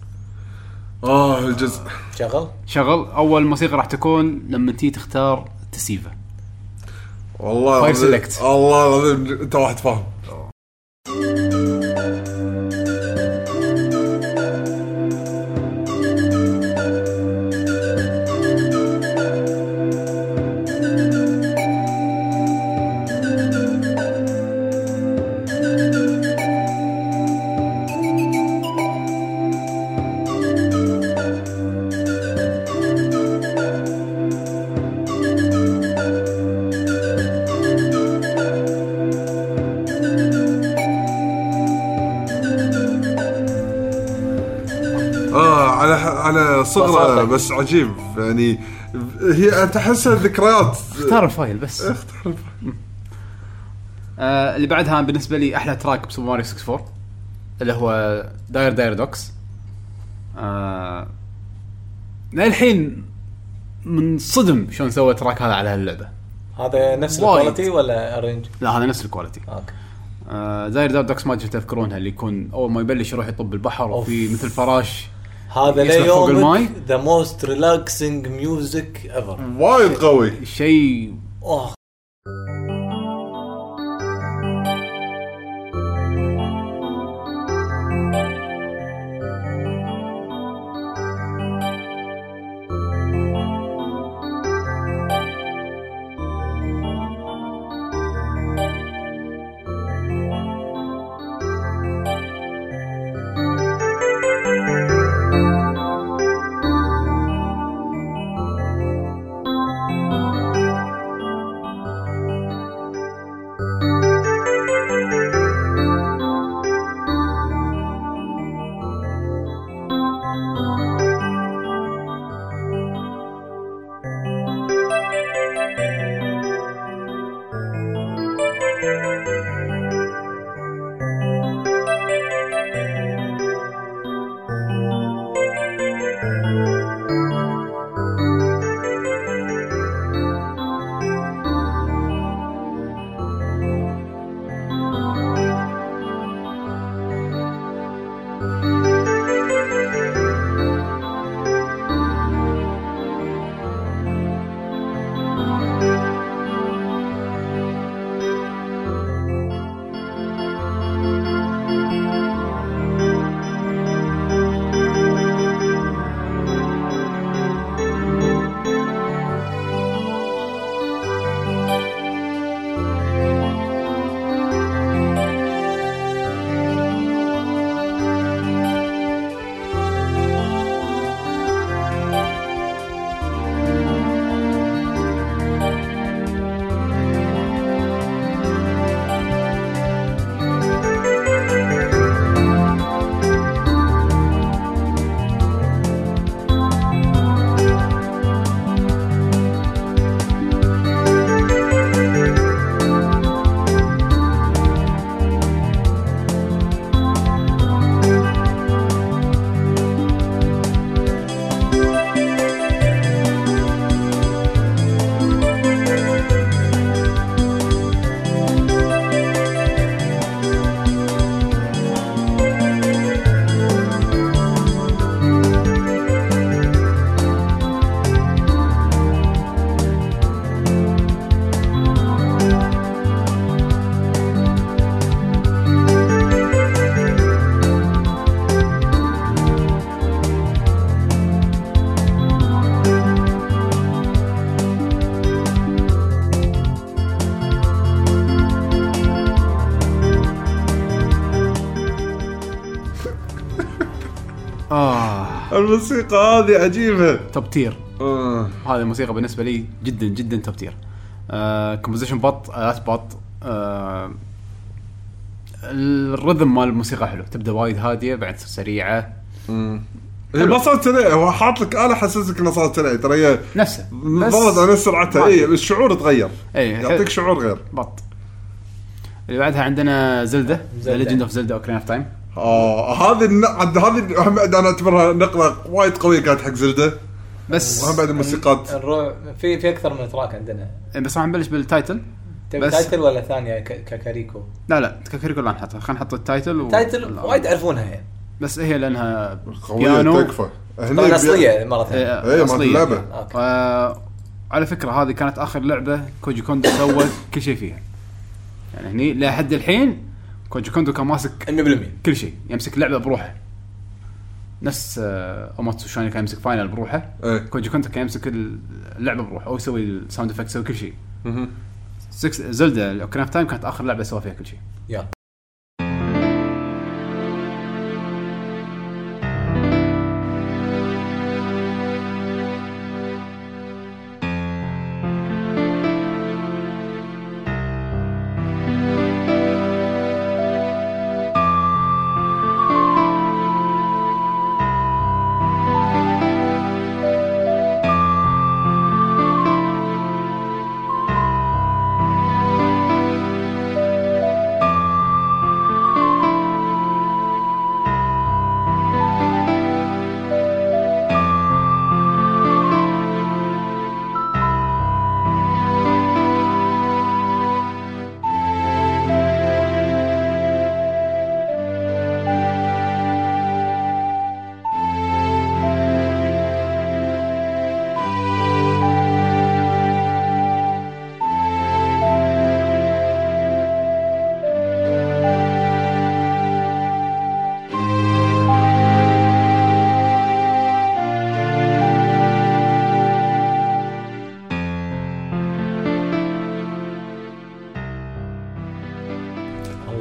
آه الجزء شغل شغل أول موسيقى راح تكون لما تيجي تختار تسيفة والله فاير سيلكت الله العظيم أنت واحد فاهم. على صغره بس عجيب يعني. هي تحسها ذكريات. اختار الفايل بس. اختار الفايل. آه اللي بعدها بالنسبه لي احلى تراك بسوبر ماريو أربعة وستين اللي هو داير داير دوكس. آه للحين منصدم شلون سوى تراك هذا على هاللعبه. هذا نفس الكواليتي ولا ارينج؟ لا هذا نفس الكواليتي. اوكي. آه داير داير دوكس ما تذكرونها اللي يكون اول ما يبلش يروح يطب البحر وفي مثل فراش هذا اليوم the most relaxing music ever. وايد قوي شيء. اوه الموسيقى هذه عجيبة توب تير. آه. هذه الموسيقى بالنسبة لي جدا جدا توب تير. آه كومبوزيشن بط آلات بط. آه الرذم مال الموسيقى حلو، تبدأ وايد هادية بعد سريعة. امم هي ما صارت سريعة، هو حاط لك آلة حسسك إنها صارت سريعة، ترى هي نفسه ضغط على سرعتها. إيه الشعور تغير، إيه يعطيك شعور غير. بط. اللي بعدها عندنا زلدة Legend of Zelda Ocarina of Time. آه هذه النقد هذه أنا أعتبرها نقلة وايد قوية كانت حق زلدة. بس وهم بعد الموسيقات الروع في في أكثر من تراك عندنا. بس راح نبلش بالتايتل. تبي تايتل ولا ثانية كاكاريكو؟ لا لا كاكاريكو لا نحطها، خلينا نحط التايتل. و... تايتل وايد يعرفونها يعني. بس هي لأنها قوية تكفى. هني الأصلية مرة ثانية. إيه مرة اللعبة. آه على فكرة هذه كانت آخر لعبة كوجي كوندو سوى كل شيء فيها. يعني هني لحد الحين كوجي كوندو كان ماسك مية بالمية كل شيء، يمسك اللعبة بروحه. نفس أماتسو شاني كان يمسك فاينل بروحه. أيه. كوجي كوندو كان يمسك اللعبة بروحه أو يسوي الساوند إفكت يسوي كل شيء. زلدة أوكرين أوف تايم كانت آخر لعبة سوى فيها كل شيء. يلا.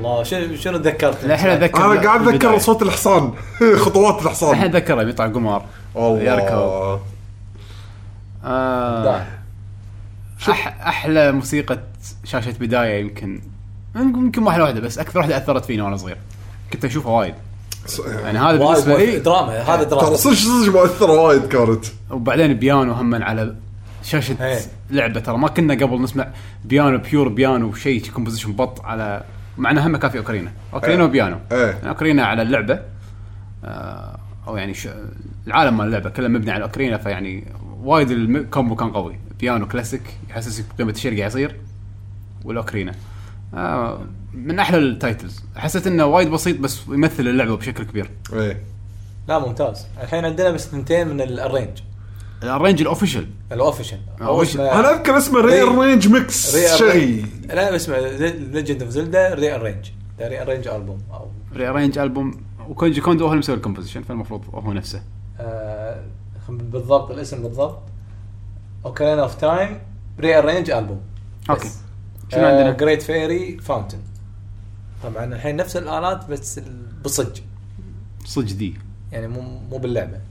الله شنو شنو تذكرت الحين اتذكر انا قاعد اتذكر البداية. صوت الحصان خطوات الحصان الحين اتذكره بيطلع قمار يركض. الله آه أح احلى موسيقى شاشه بدايه يمكن يمكن واحده واحده بس اكثر واحده اثرت فيني وانا صغير كنت اشوفها وايد يعني هذا بالنسبه لي دراما هذا دراما ترى صدق صدق مؤثره وايد كانت. وبعدين بيانو هم على شاشه هي. لعبه ترى ما كنا قبل نسمع بيانو بيور بيانو شيء كومبوزيشن بط على معناها هم كان في اوكرينا اوكرينا ايه. وبيانو ايه. اوكرينا على اللعبه آه او يعني ش... العالم مال اللعبه كله مبني على اوكرينا فيعني وايد الكومبو كان قوي بيانو كلاسيك يحسسك قيمه الشيء قاعد يصير والاوكرينا آه من احلى التايتلز حسيت انه وايد بسيط بس يمثل اللعبه بشكل كبير. ايه لا ممتاز. الحين عندنا بس اثنتين من الرينج الرينج الاوفيشال الاوفيشال انا اذكر اسمه ريال رينج ميكس شيء لا اسمه ليجند اوف زلدا ريال رينج ده ريال رينج البوم او ريال رينج البوم وكونجي كوندو هو اللي مسوي الكومبوزيشن فالمفروض هو نفسه آه بالضبط الاسم بالضبط اوكرينا اوف تايم ريال رينج البوم. اوكي شنو عندنا جريت فيري فاونتن طبعا الحين نفس الالات بس بصج صج دي يعني مو مو باللعبه.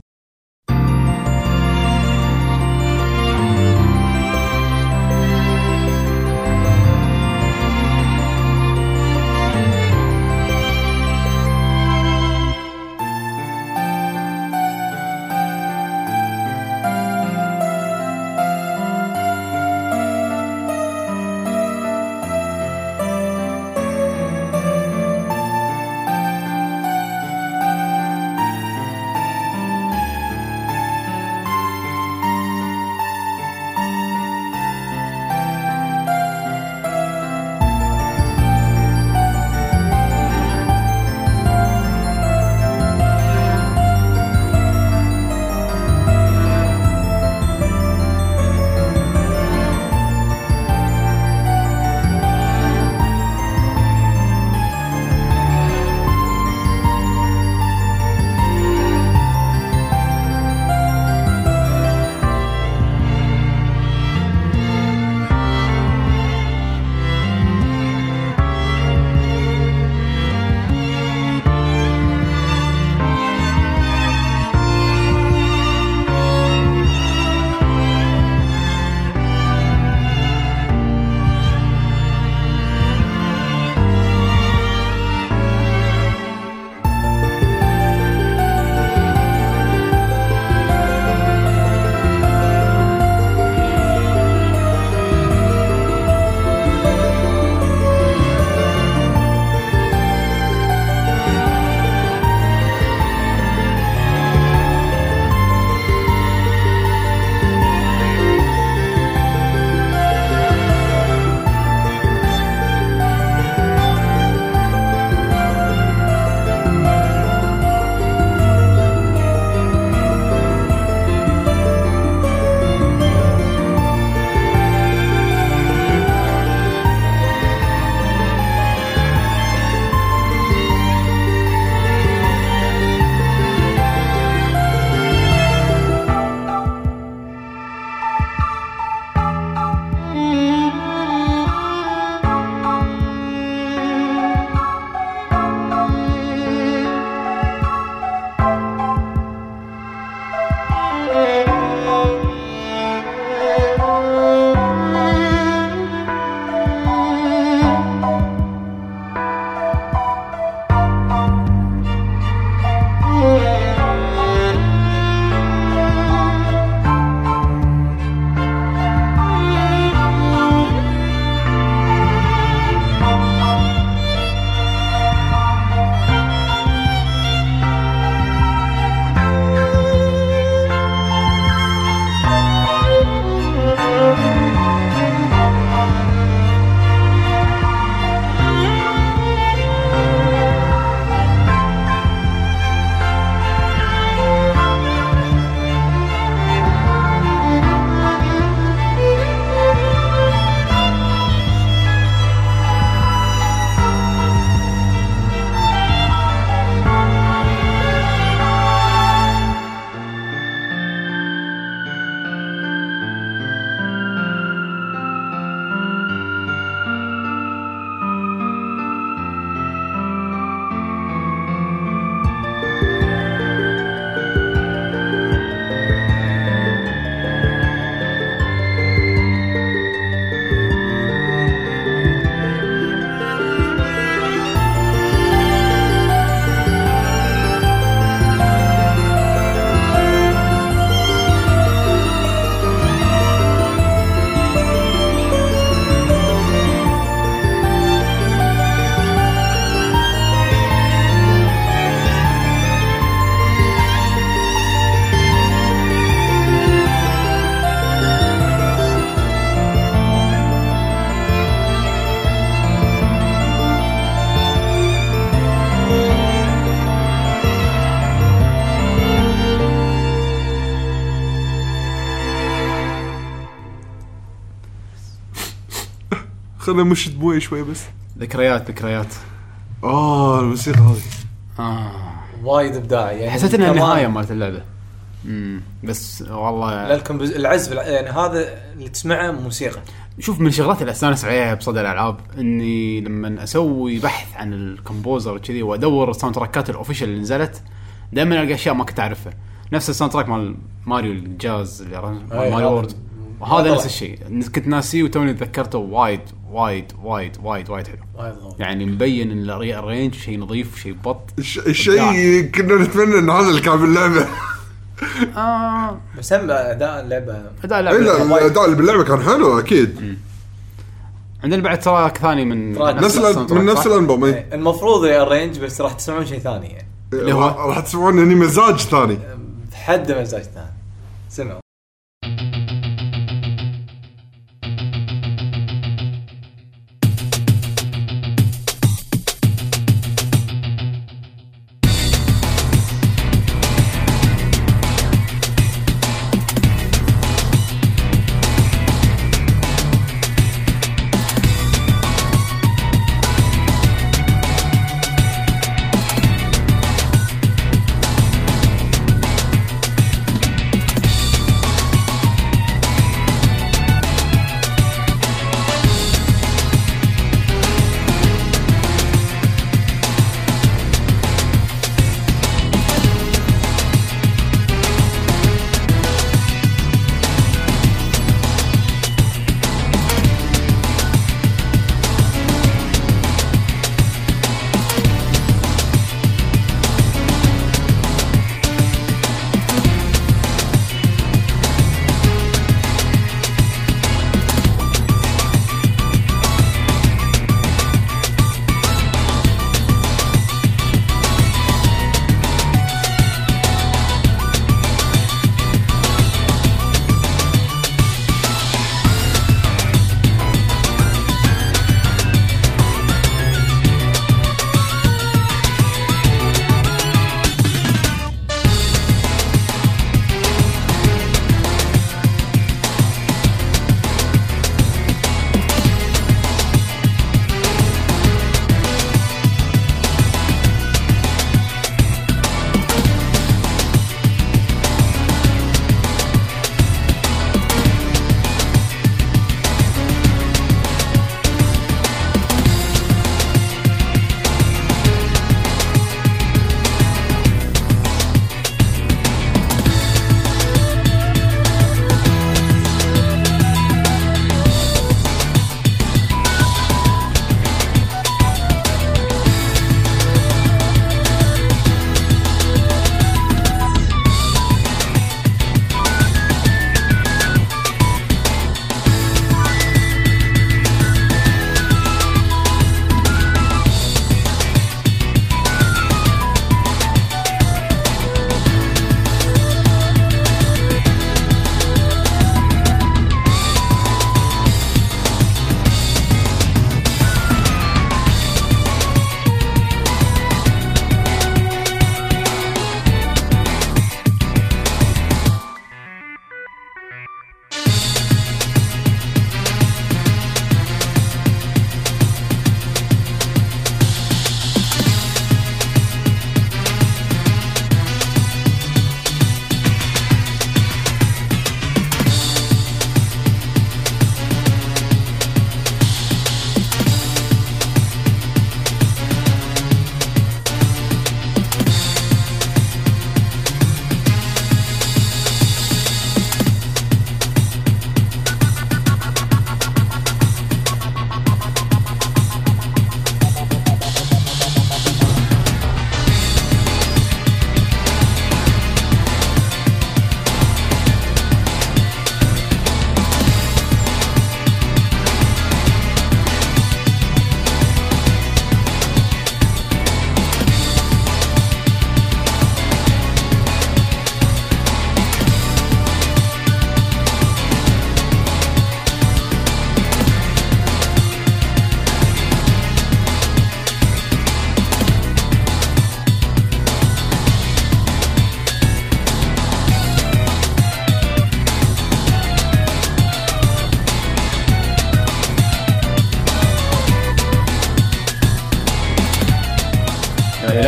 خلينا مش دموعي شوي بس. ذكريات ذكريات اه الموسيقى هذه اه وايد ابداعي يعني. حسيت انها كمان- النهايه مالت اللعبه. امم بس والله لا الكمبوز العزف الع- يعني هذا اللي تسمعه موسيقى. شوف من الشغلات اللي استانس عليها بصدى الالعاب اني لما اسوي بحث عن الكومبوزر كذي وادور الساوند تراكات الاوفيشال اللي نزلت دائما القى اشياء ما كنت اعرفها. نفس الساوند تراك مال ماريو الجاز اللي مال أي، ماريو هذا- وورد وهذا نفس الشيء كنت ناسيه وتوني تذكرته. وايد وايد وايد وايد وايد حلو وايد ضوء. يعني مبين ان الري- الرينج شيء نظيف شيء بط. الش- الشيء كنا نتمنى ان هذا اللي كان باللعبه. اه بس هم اداء اللعبه اداء إيه، اللعبه لا الاداء اللي باللعبه كان حلو اكيد. عندنا بعد تراك ثاني من تراك. نفس الساوند الأن- تراك، من نفس صح؟ الانبوم. إيه. إيه، المفروض الرينج بس راح تسمعون شيء ثاني يعني. اللي هو؟ راح- راح تسمعون هني مزاج ثاني. حد مزاج ثاني سمعوا.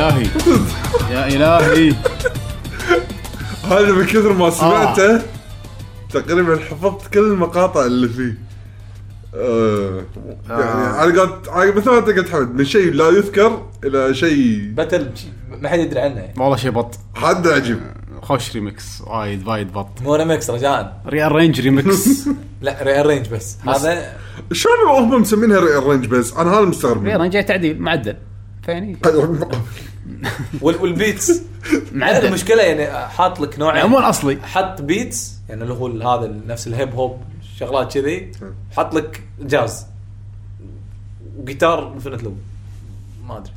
الهي يا الهي هذا من كثر ما سمعته آه. تقريبا حفظت كل المقاطع اللي فيه. آه. يعني آه. على قد على مثل ما انت قلت حمد من شيء لا يذكر الى شيء باتل ما حد يدري عنه يعني. والله شيء بط حد عجيب. خوش ريمكس وايد وايد بط. مو ريمكس رجاء ريال رينج ريمكس. لا ريال رينج بس هذا شلون هم مسمينها ريال رينج بس انا هذا مستغرب. ريال رينج جاي تعديل معدل فيني. والبيتس معدل. المشكله يعني حاط لك نوع مو الاصلي حط بيتس يعني اللي هو هذا نفس الهيب هوب شغلات كذي حط لك جاز وجيتار انفنت لو ما ادري.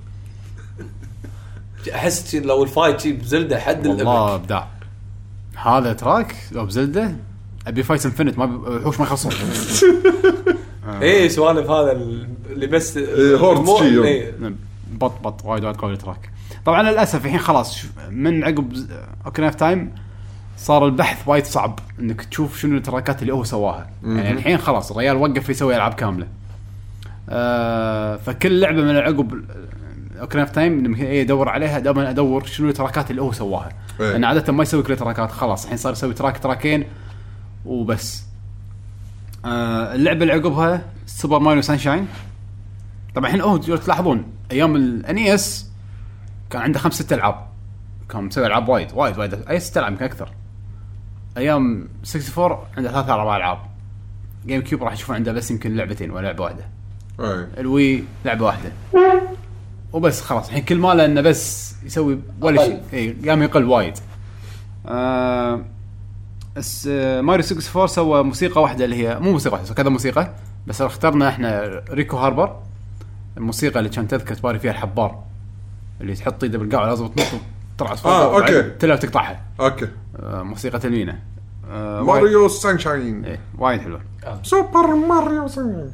احس لو الفايت شي بزلده حد والله ابداع. هذا تراك لو بزلده ابي فايت انفنت ما وحوش ما يخلصون. ايه سوالف هذا اللي بس هورد بط بط وايد وايد قوي تراك. طبعا للاسف الحين خلاص من عقب اوكرين اوف تايم صار البحث وايد صعب انك تشوف شنو التراكات اللي هو سواها. يعني الحين خلاص الرجال وقف يسوي العاب كامله. آه فكل لعبه من العقب اوكرين اوف تايم لما يدور عليها دائما ادور شنو التراكات اللي هو سواها. لان يعني عاده ما يسوي كل التراكات خلاص الحين صار يسوي تراك تراكين وبس. آه اللعبه اللي عقبها سوبر ماريو سانشاين. طبعا الحين اوه تلاحظون ايام الانيس كان عنده خمس ست العاب كان مسوي العاب وايد وايد وايد اي ست العاب يمكن اكثر. ايام أربعة وستين عنده ثلاث اربع العاب. جيم كيوب راح يشوفون عنده بس يمكن لعبتين ولا لعبه واحده. اي الوي لعبه واحده وبس خلاص. الحين كل ماله انه بس يسوي ولا شيء. اي قام يقل وايد. آه بس آه ماريو أربعة وستين سوى موسيقى واحده اللي هي مو موسيقى واحده كذا موسيقى بس اخترنا احنا ريكو هاربر. الموسيقى اللي كان تذكر تباري فيها الحبار اللي تحط ايده بالقاع لازم تنط تطلع فوق اه اوكي تلعب تقطعها. اوكي آه موسيقى تلمينه. آه ماريو سانشاين. ايه وايد حلو. آه. سوبر ماريو سانشاين.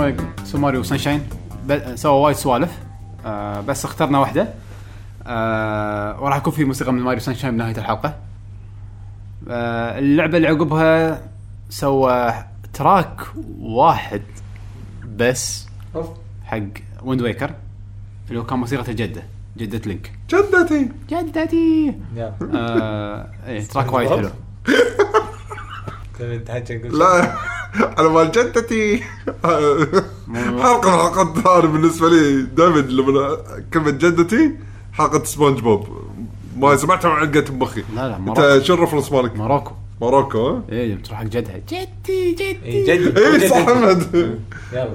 سوبر سوبر ماريو سانشاين سوى وايد سوالف آه بس اخترنا واحده آه وراح يكون في موسيقى من ماريو سانشاين بنهايه الحلقه. آه اللعبه اللي عقبها سوى تراك واحد بس حق ويند ويكر اللي هو كان موسيقى الجده جده لينك جدتي جدتي آه ايه تراك وايد حلو. لا على مال جدتي حلقه من الحلقات هذه بالنسبه لي دائما لما كلمه جدتي حلقه سبونج بوب ما سمعتها وعقت بمخي. لا لا انت شرف راس مالك ماروكو ماروكو ايه تروح حق جدها جدتي جدتي جدتي اي صح محمد يلا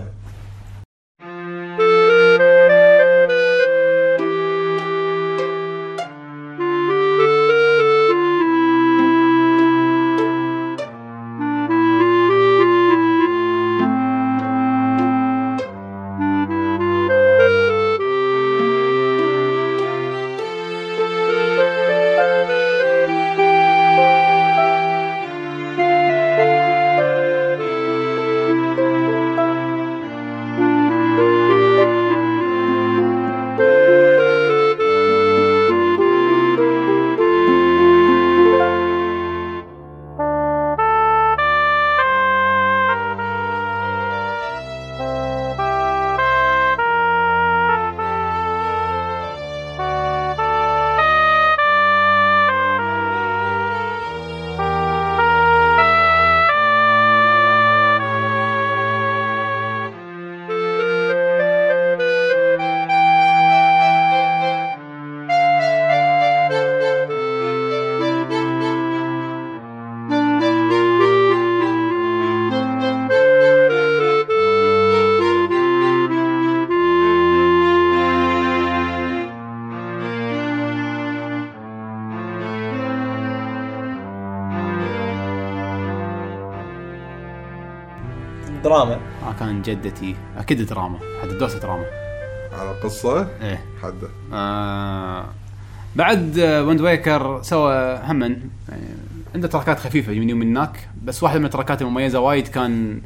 دراما. آه كان جدتي اكيد دراما حد دوسه دراما على قصه ايه حده. آه بعد ويند ويكر سوى همن يعني عنده تركات خفيفه من يوم من هناك بس واحده من التركات المميزه وايد كان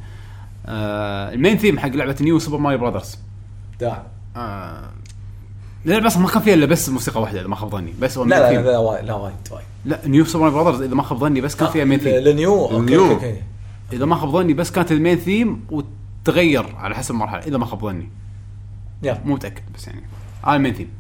آه المين ثيم حق لعبه نيو سوبر ماريو براذرز. داع آه اللعبه اصلا ما كان فيها الا بس موسيقى واحده اذا ما خاب ظني بس لا لا, لا لا وايد لا وايد وايد لا نيو سوبر ماريو براذرز اذا ما خاب ظني بس كان فيها مين ثيم لنيو اوكي اوكي اذا ما خاب ظني بس كانت المين ثيم وتغير على حسب المرحله اذا ما خاب ظني مو متاكد بس يعني هاي المين ثيم.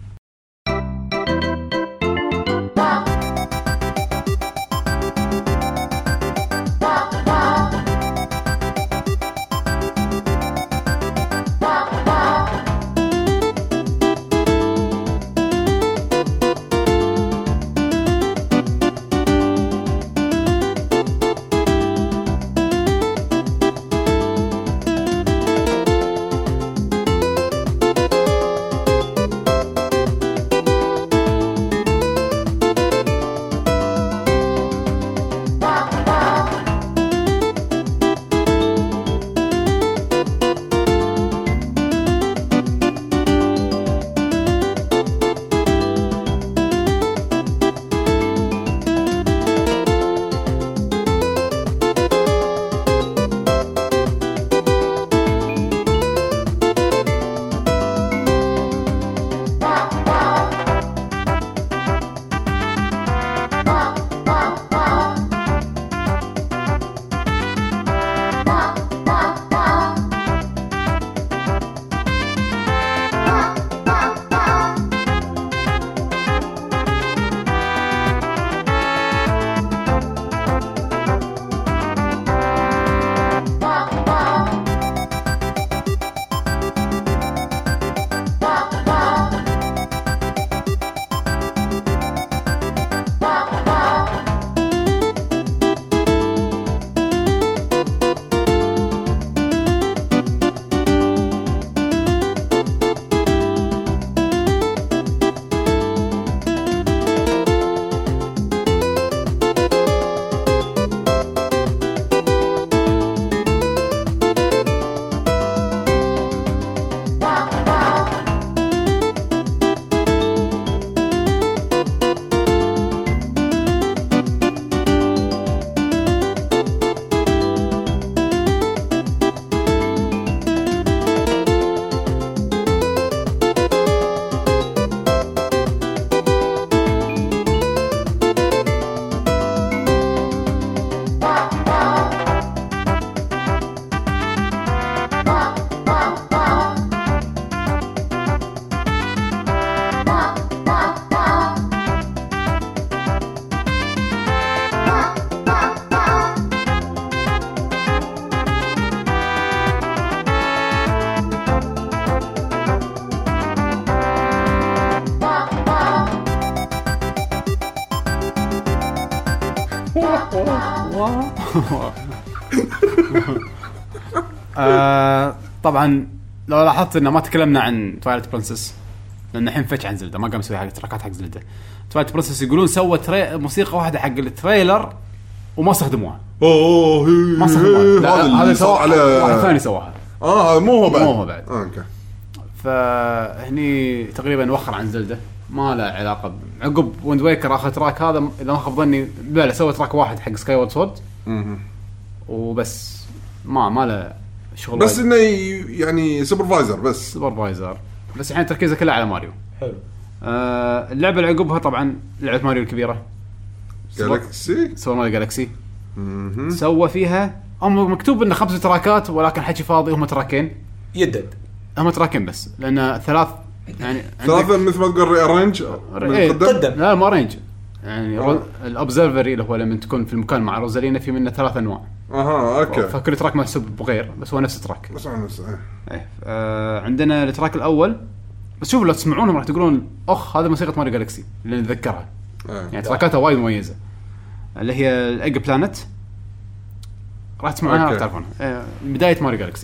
الله. آه طبعا لو لاحظت إنه ما تكلمنا عن تويلايت برنسس لأن الحين فتش عن زلدة ما قام يسوي حاجة تراكات حق زلدة. تويلايت برنسس يقولون سوى تري... موسيقى واحدة حق التريلر وما استخدموها. اوه ما استخدموها. هذا سوى على واحد ثاني سواها. اه مو هو بعد. مو هو بعد. آه اوكي. فهني تقريبا وخر عن زلدة ما له علاقة ب... عقب ويند ويكر اخر تراك هذا اذا ما خاب ظني لا سوى تراك واحد حق سكاي وورد سورد وبس ما ما له شغل بس انه يعني سوبرفايزر بس سوبرفايزر بس الحين تركيزه كله على ماريو. حلو. آه اللعبه اللي عقبها طبعا لعبه ماريو الكبيره جالكسي سوبر ماريو جالكسي. سوى فيها هم مكتوب انه خمس تراكات ولكن حكي فاضي هم تراكين يدد هم تراكين بس لان ثلاث يعني ثلاثة مثل ما تقول ريارنج إيه قدم لا ما رينج يعني رو... الأوبزرفري اللي هو لما تكون في المكان مع روزالينا في منه ثلاث أنواع. أها أوكي. فكل تراك محسوب بغير بس هو نفس تراك. بس هو نفسه. إيه. آه عندنا التراك الأول بس شوفوا لو تسمعونهم راح تقولون أخ هذا موسيقى ماريو جالكسي اللي نتذكرها. أه. يعني تراكاتها وايد مميزة اللي هي الإيج بلانت راح تسمعونها راح تعرفونها. آه بداية ماريو جالكسي.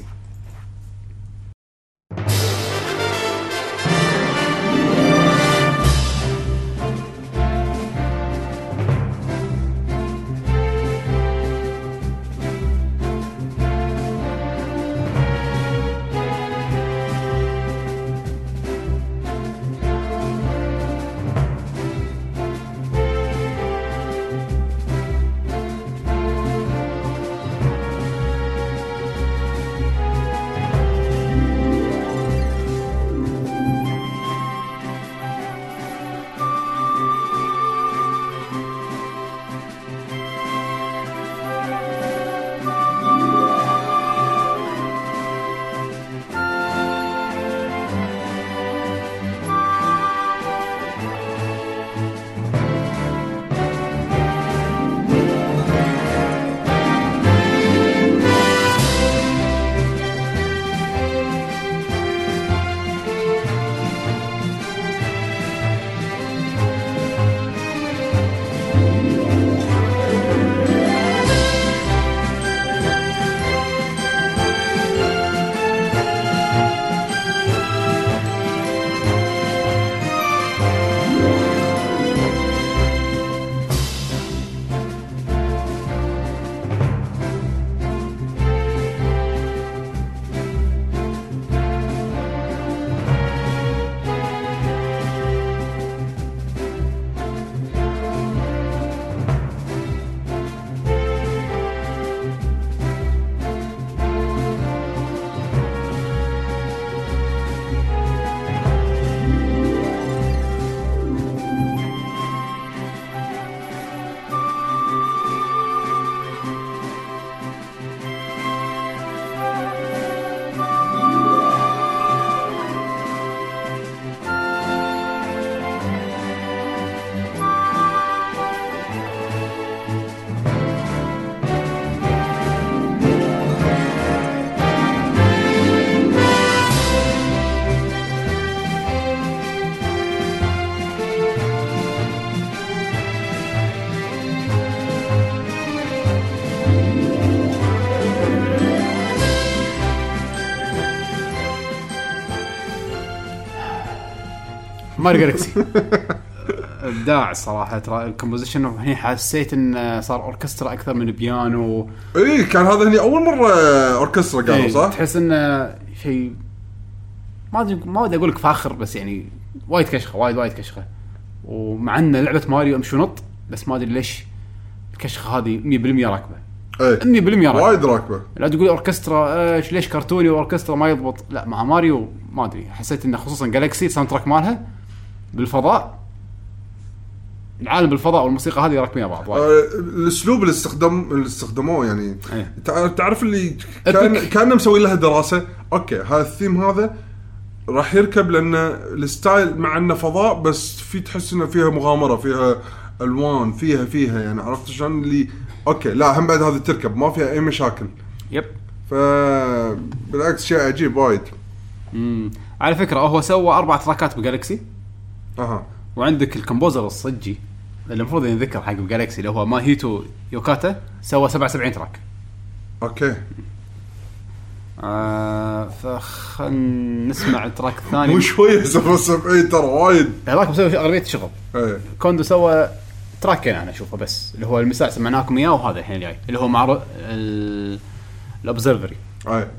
ماريو جالكسي ابداع صراحه. ترى الكومبوزيشن هني حسيت ان صار اوركسترا اكثر من بيانو. اي كان هذا هني اول مره اوركسترا قالوا إيه صح. تحس انه شيء ما ادري ما ودي اقول لك فاخر بس يعني وايد كشخه وايد وايد كشخه. ومع ان لعبه ماريو امشي ونط بس ما ادري ليش الكشخه هذه مية بالمية راكبه. ايه مية بالمية راكبه وايد راكبه. لا تقول اوركسترا ايش ليش كرتوني واوركسترا ما يضبط. لا مع ماريو ما ادري حسيت انه خصوصا جالكسي ساوند تراك مالها بالفضاء العالم بالفضاء والموسيقى هذه راكبين بعض. آه الاسلوب اللي استخدم اللي استخدموه يعني أيه. تعرف اللي كان كان مسوي لها دراسه. اوكي هذا الثيم هذا راح يركب لان الستايل مع انه فضاء بس في تحس انه فيها مغامره فيها الوان فيها فيها يعني عرفت شلون اللي اوكي لا هم بعد هذه تركب ما فيها اي مشاكل. يب فبالعكس شيء عجيب وايد. امم على فكره هو سوى اربع تراكات بجالكسي. اها وعندك الكمبوزر الصجي اللي المفروض ينذكر حق جالكسي اللي هو ماهيتو يوكاتا سوى سبعة وسبعين تراك. اوكي آه فخلنا نسمع التراك الثاني. مو شويه سبعة وسبعين ترى وايد. هذاك مسوي اغلبيه الشغل. ايه كوندو سوى تراكين انا اشوفه بس اللي هو المساء سمعناكم اياه وهذا الحين جاي اللي هو مع الأوبزرفري. ايه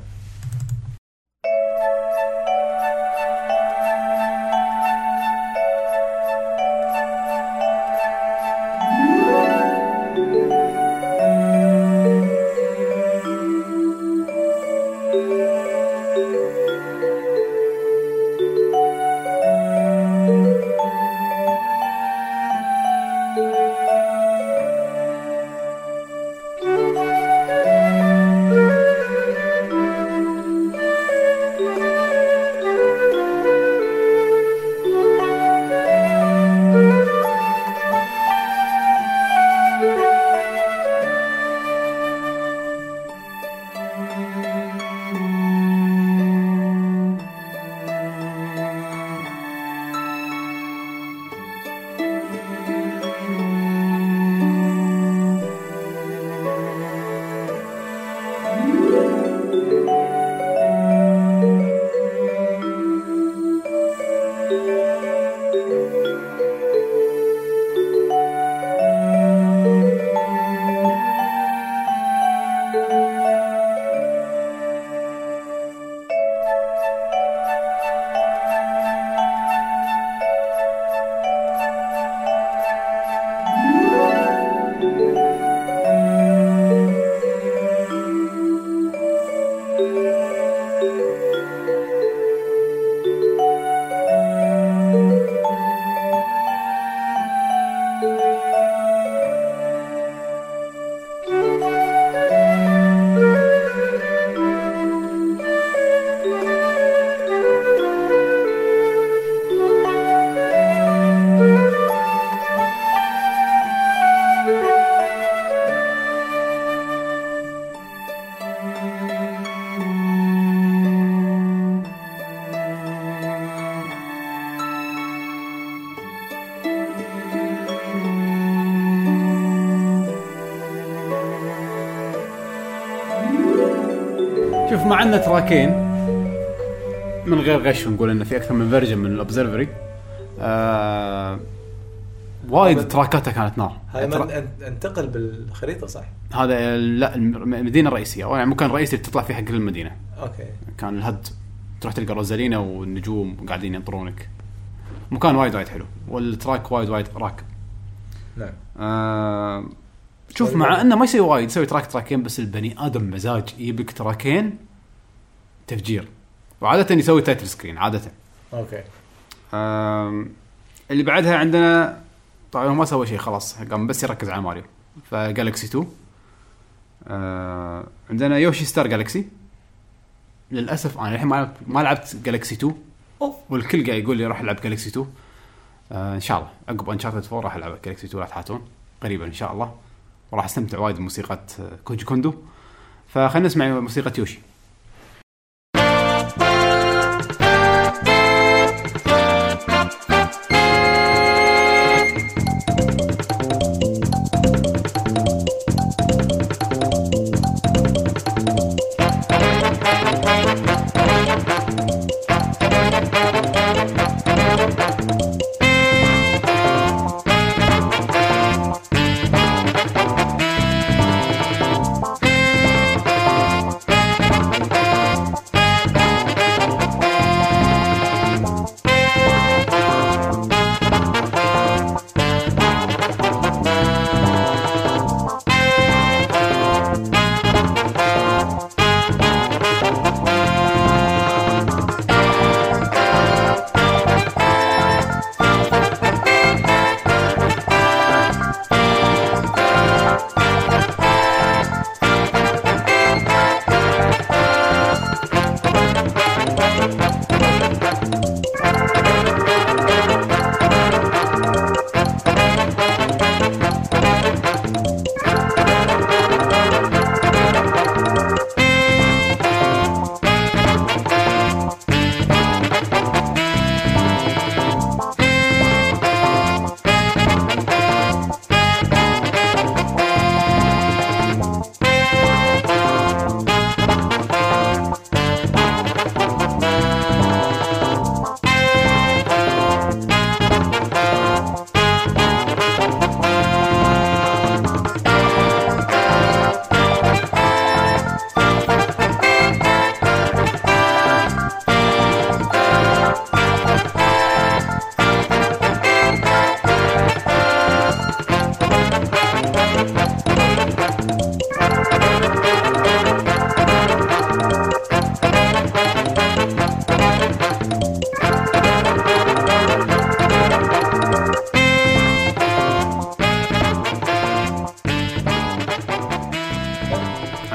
شوف ما عندنا تراكين من غير غش ونقول انه في اكثر من فيرجن من الأوبزرفري. آه وايد تراكاتها كانت نار. هاي من انتقل بالخريطه صح؟ هذا لا المدينه الرئيسيه او يعني مكان رئيسي تطلع فيه حق المدينه. اوكي كان الهد تروح تلقى روزالينا والنجوم قاعدين ينطرونك. مكان وايد وايد حلو والتراك وايد وايد راكب. نعم. آه شوف مع انه ما يسوي وايد يسوي تراك تراكين بس البني ادم مزاج يجيبك تراكين تفجير وعاده يسوي تايتل سكرين عاده. اوكي. آه اللي بعدها عندنا طبعا ما سوى شيء خلاص قام بس يركز على ماريو فجالكسي تو. آه عندنا يوشي ستار جالكسي. للاسف انا الحين ما ما لعبت جالكسي تو والكل قاعد يقول لي راح العب جالكسي تو. آه ان شاء الله عقب انشارتد فور راح العب جالكسي تو لا تحاتون قريبا ان شاء الله وراح استمتع وايد بموسيقى كوجي كوندو. فخلنا نسمع موسيقى يوشي.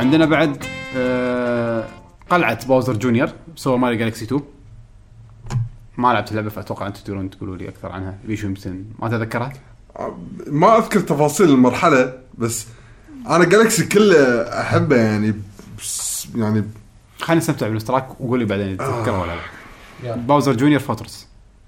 عندنا بعد آه قلعة باوزر جونيور سوبر ماريو جالكسي تو. ما لعبت اللعبة فأتوقع أنتم تقدرون تقولوا لي أكثر عنها. بيشو يمكن ما تذكرها. ما أذكر تفاصيل المرحلة بس أنا جالكسي كله أحبه يعني يعني خلينا نستمتع بالاشتراك وقول لي بعدين تذكره ولا لا. يلا. باوزر جونيور فورترس.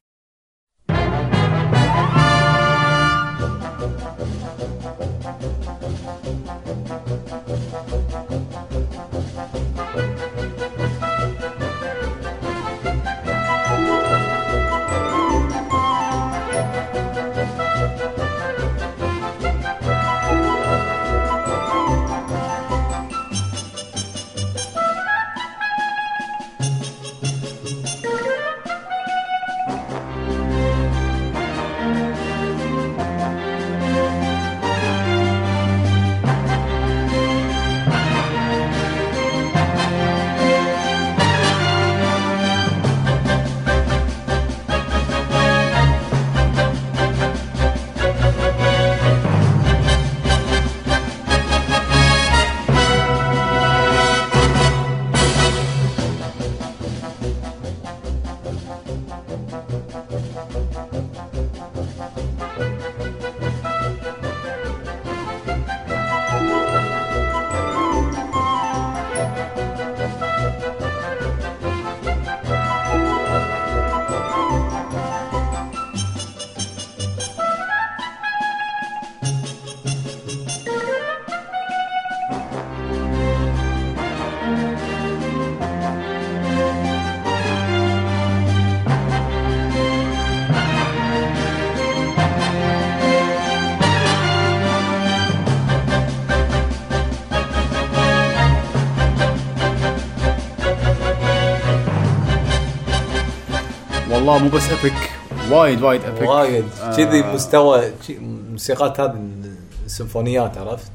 والله مو بس ابيك وايد وايد ابيك وايد كذي آه مستوى موسيقات هذه السيمفونيات عرفت.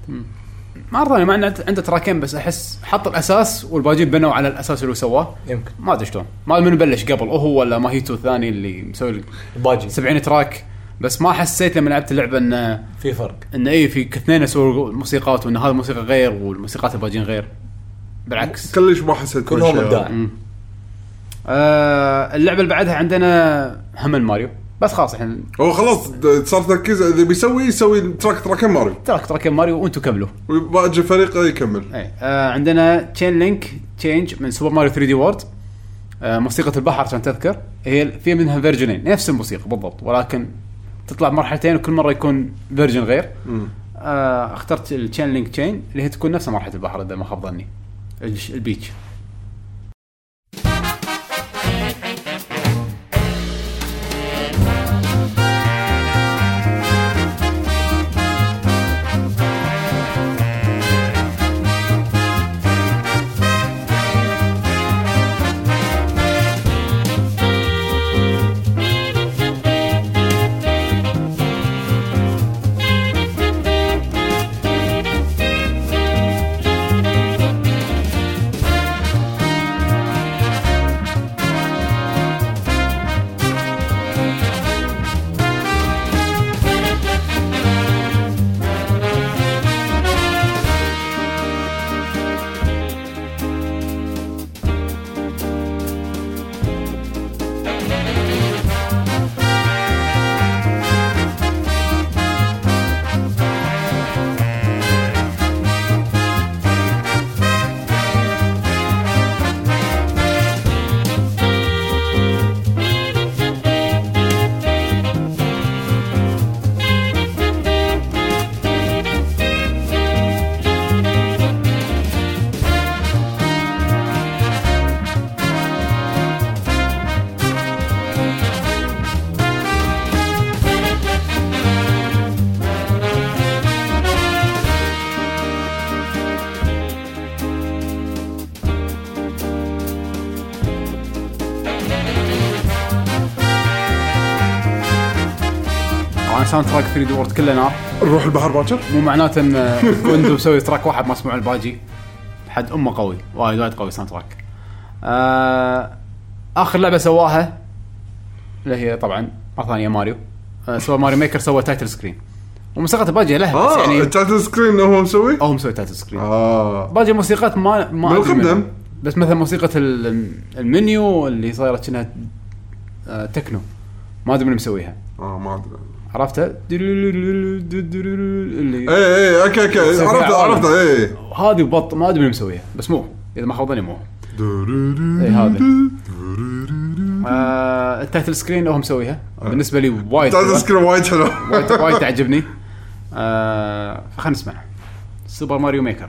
مرة ما عنده عنده تراكين بس احس حط الاساس والباقيين بنوا على الاساس اللي سواه. يمكن ما ادري شلون ما من بلش قبل هو ولا ماهيتو الثاني اللي مسوي الباقي سبعين تراك بس ما حسيت لما لعبت اللعبه انه في فرق انه اي في اثنين يسووا موسيقات وان هذا الموسيقى غير والموسيقات الباقيين غير. بالعكس كلش ما حسيت كلهم ابداع. آه اللعبه اللي بعدها عندنا هم ماريو بس خلاص احنا هو خلاص صار تركيز اذا بيسوي يسوي تراك تراكين ماريو تراك تراكين ماريو وانتم كملوا وباقي فريقه يكمل. اي آه عندنا تشين لينك تشينج من سوبر ماريو ثري دي وورد. آه موسيقى البحر عشان تذكر هي في منها فيرجنين نفس الموسيقى بالضبط ولكن تطلع مرحلتين وكل مره يكون فيرجن غير. آه اخترت التشين لينك تشين اللي هي تكون نفس مرحله البحر اذا ما خاب ظني البيتش. ساوند تراك ثري دي وورد كله نار. نروح البحر باكر مو معناته ان كوندو مسوي تراك واحد ما اسمعوا الباجي حد امه قوي وايد وايد قوي ساوند تراك. آه اخر لعبه سواها اللي هي طبعا مره ثانيه ماريو. آه سوى ماريو ميكر سوى تايتل سكرين وموسيقى باجي لها اه بس يعني التايتل سكرين هو مسوي او مسوي تايتل سكرين اه باجي موسيقات ما ما أدري منها. بالقدم. بس مثلا موسيقى ال- المنيو اللي صايره كأنها آه، تكنو ما ادري من مسويها اه ما ادري عرفتها اللي ايه ايه اوكي اوكي عرفت عرفت ايه هذه بط ما ادري من مسويها بس مو اذا ما خاب ظني مو اي هذا آه التايتل سكرين هو مسويها بالنسبه لي وايد التايتل سكرين وايد حلو وايد وايد تعجبني آه فخلنا نسمع سوبر ماريو ميكر.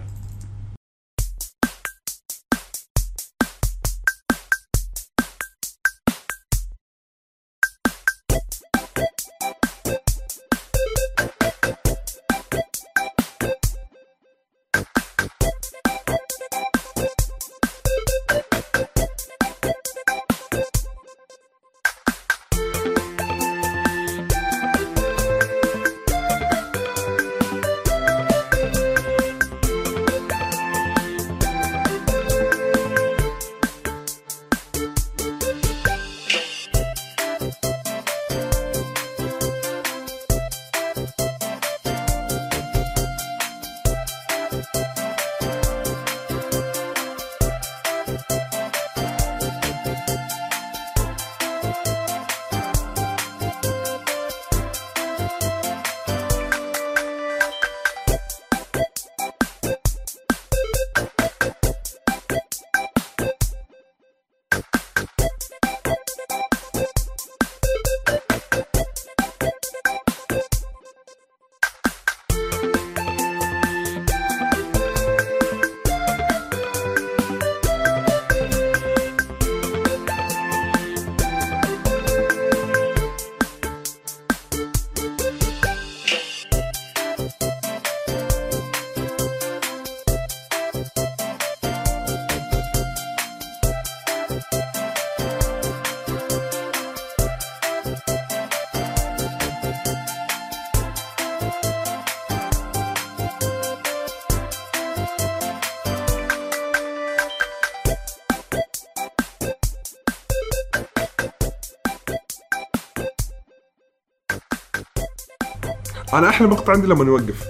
انا احلى مقطع عندي لما نوقف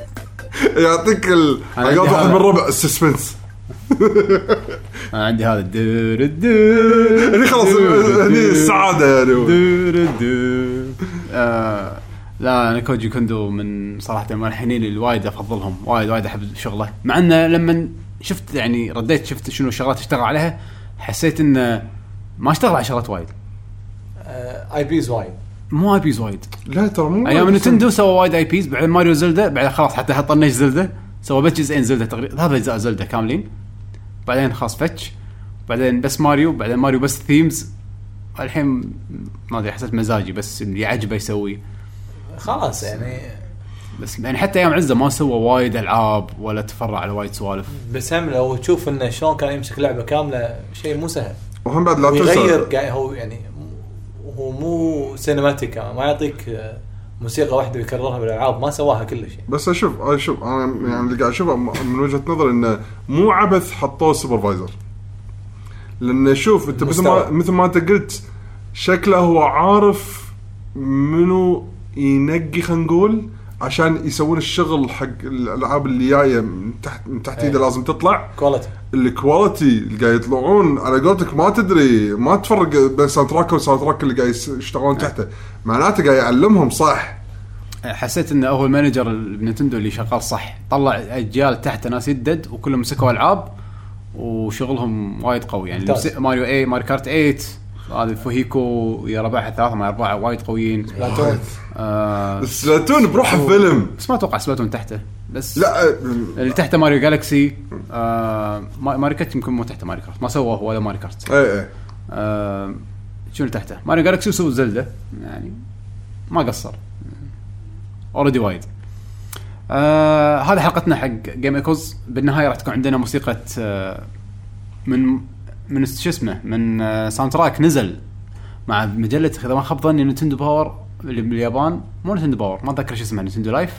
يعطيك ال عندي واحد هذا. من ربع السسبنس انا عندي هذا الدور الدور اللي خلاص هني السعاده يعني دور الدور آه لا انا كوجي كوندو من صراحه الملحنين اللي وايد افضلهم وايد وايد احب شغله مع انه لما شفت يعني رديت شفت شنو الشغلات اشتغل عليها حسيت انه ما اشتغل على شغلات وايد اي بيز وايد مو اي بيز وايد لا ترى مو ايام نينتندو سوى وايد اي بيز بعدين ماريو زلدا بعدين خلاص حتى طنش زلدا سوى بس جزئين زلدا تقريبا هذا اجزاء زلدا كاملين بعدين خلاص فتش بعدين بس ماريو بعدين ماريو بس ثيمز الحين ما ادري حسيت مزاجي بس اللي عجبه يسوي خلاص يعني بس يعني حتى ايام عزه ما سوى وايد العاب ولا تفرع على وايد سوالف بس هم لو تشوف انه شلون كان يمسك لعبه كامله شيء مو سهل وهم بعد لا يغير تنسى قاعد هو يعني هو مو سينماتيك ما يعطيك موسيقى واحده ويكررها بالالعاب ما سواها كل شيء بس اشوف اشوف انا يعني اللي قاعد اشوفه من وجهه نظر انه مو عبث حطوه سوبرفايزر لان شوف انت مثل ما مثل ما انت قلت شكله هو عارف منو ينقي خلينا نقول عشان يسوون الشغل حق الالعاب اللي جايه من تحت من تحت ايده لازم تطلع كواليتي الكواليتي اللي قاعد يطلعون على قولتك ما تدري ما تفرق بين ساوند تراك وساوند تراك اللي قاعد يشتغلون تحته معناته قاعد يعلمهم صح. حسيت انه هو المانجر بنتندو اللي شغال صح طلع اجيال تحت ناس يدد وكلهم مسكوا العاب وشغلهم وايد قوي يعني ماريو اي ماريو كارت ثمانية هذا فوهيكو يا ربعها ثلاثة مع أربعة وايد قويين سبلاتون آه سبلاتون بروح فيلم بس ما أتوقع سبلاتون تحته بس لا اللي تحته ماريو جالكسي آه ماريو كارت يمكن مو تحته ماريو كارت ما سوى هو ولا ماريو كارت اي اي آه شنو تحته ماريو جالكسي وسوى زلدة يعني ما قصر اوريدي وايد. آه هذه حلقتنا حق جيم ايكوز بالنهايه راح تكون عندنا موسيقى آه من من شو اسمه من آه ساوند تراك نزل مع مجله اذا ما خاب ظني نينتندو باور اللي باليابان مو نينتندو باور ما اتذكر شو اسمها نينتندو لايف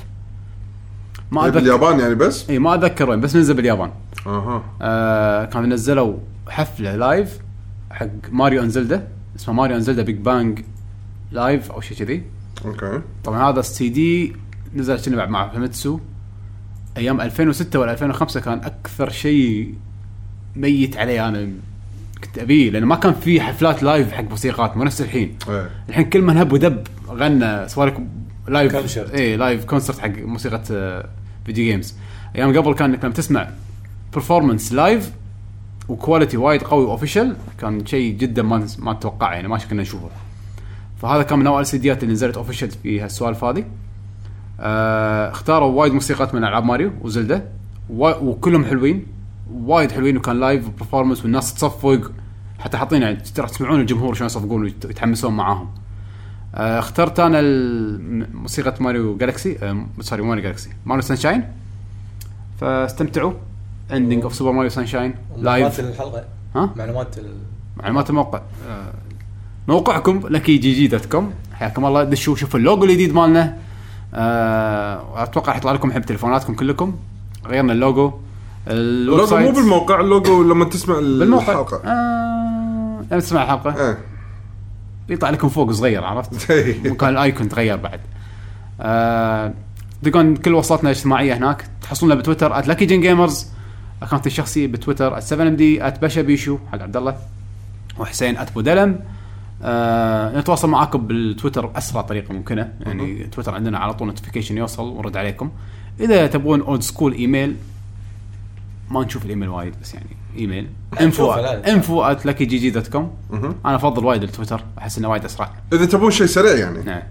ما اتذكر باليابان يعني بس اي ما اتذكر وين بس نزل باليابان. اها آه كانوا نزلوا حفله لايف حق ماريو انزلدا اسمه ماريو انزلدا بيج بانج لايف او شيء كذي. اوكي طبعا هذا السي دي نزل شنو بعد مع فاميتسو ايام ألفين وستة ولا ألفين وخمسة كان اكثر شيء ميت عليه انا كنت ابيه لانه ما كان في حفلات لايف حق موسيقات مو نفس الحين. إيه. الحين كل من هب ودب غنى سوالك لايف كونسرت. اي لايف كونسرت حق موسيقى فيديو جيمز. ايام قبل كان لما تسمع performance لايف وكواليتي وايد قوي واوفيشال كان شيء جدا ما ما تتوقع يعني ما كنا نشوفه. فهذا كان من اول سيديات اللي نزلت اوفيشال في هالسوالف هذه. آه اختاروا وايد موسيقات من العاب ماريو وزلدا وكلهم حلوين وايد حلوين وكان لايف برفورمانس والناس تصفق حتى حاطين يعني ترى تسمعون الجمهور شلون يصفقون ويتحمسون معاهم. آه اخترت انا موسيقى ماريو جالكسي آه سوري ماريو جالكسي ماريو سانشاين فاستمتعوا. اندينج اوف سوبر ماريو سانشاين لايف الحلقه ها معلومات ال... معلومات الموقع آه موقعكم لكي جي جي دوت كوم. حياكم الله دشوا شوفوا اللوجو الجديد مالنا. أه اتوقع يطلع لكم حب تليفوناتكم كلكم. غيرنا اللوجو اللوجو مو بالموقع اللوجو لما تسمع الحلقه آه لما تسمع الحلقه آه. يطلع لكم فوق صغير عرفت مكان الايكون تغير بعد. أه تكون كل وصلاتنا الاجتماعيه هناك تحصلوننا بتويتر @luckygengamers اكونتي الشخصي بتويتر سفن ام دي @باشابيشو حق عبد الله وحسين @بودلم. أه نتواصل معاكم بالتويتر بأسرع طريقة ممكنة يعني تويتر عندنا على طول نوتيفيكيشن يوصل ونرد عليكم. إذا تبغون اولد سكول ايميل ما نشوف الايميل وايد بس يعني ايميل info info at lucky g g dot com. انا افضل وايد التويتر احس انه وايد اسرع اذا تبون شيء سريع يعني. نعم.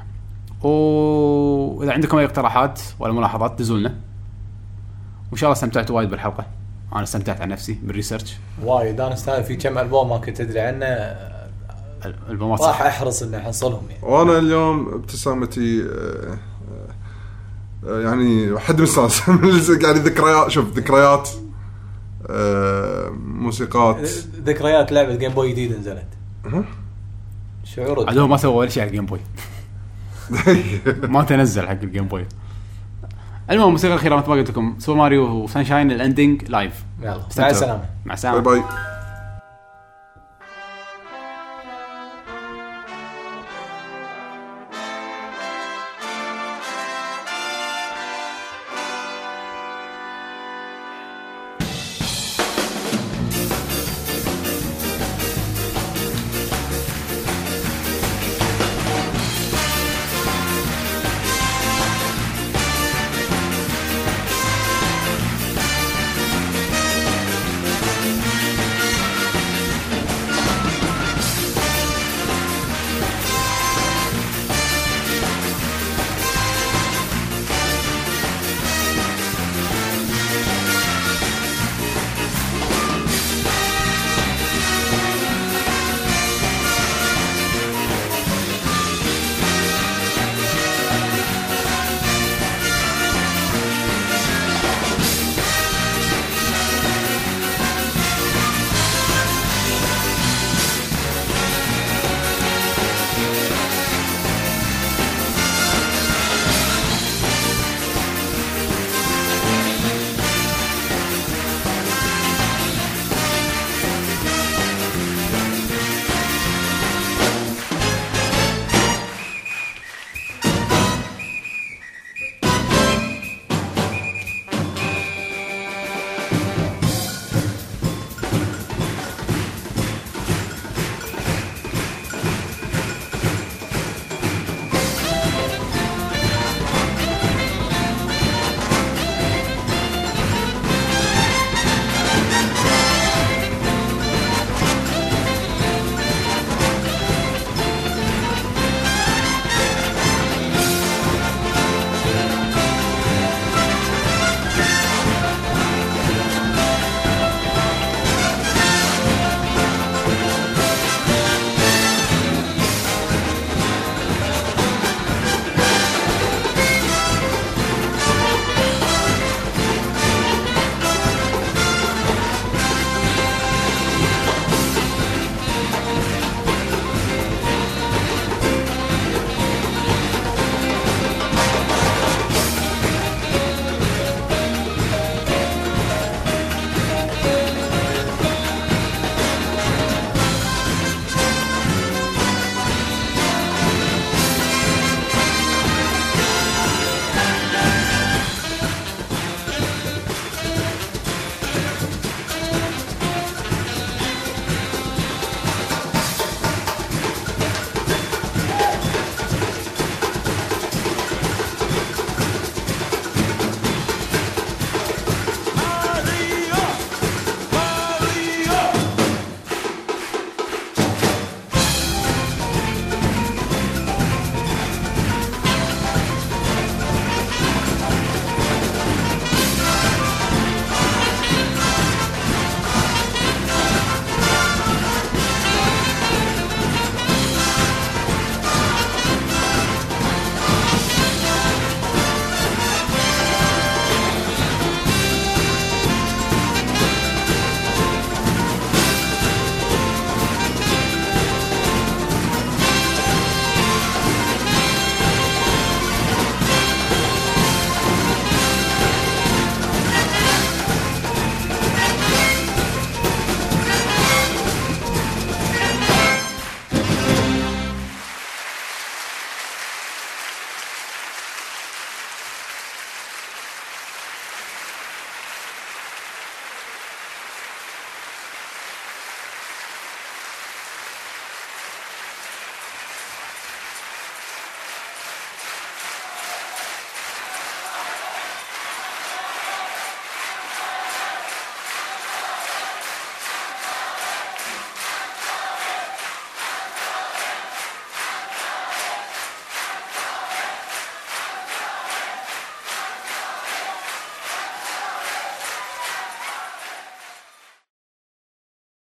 واذا عندكم اي اقتراحات ولا ملاحظات دزولنا. وان شاء الله استمتعتوا وايد بالحلقة. انا استمتعت عن نفسي بالريسيرش وايد. انا استاذ في كم البوم ما كنت ادري عنه البومات راح احرص اني احصلهم يعني. وانا اليوم ابتسامتي آه آه يعني حد مستانس يعني ذكريات شوف ذكريات آه موسيقات ذكريات لعبه جيم بوي جديده نزلت. أه؟ شعور عدو ما سووا ولا شيء على الجيم بوي ما تنزل حق الجيم بوي. المهم الموسيقى الاخيره مثل ما قلت لكم سوبر ماريو وسانشاين الاندينج لايف. يلا مع السلامه. مع السلامه. باي باي.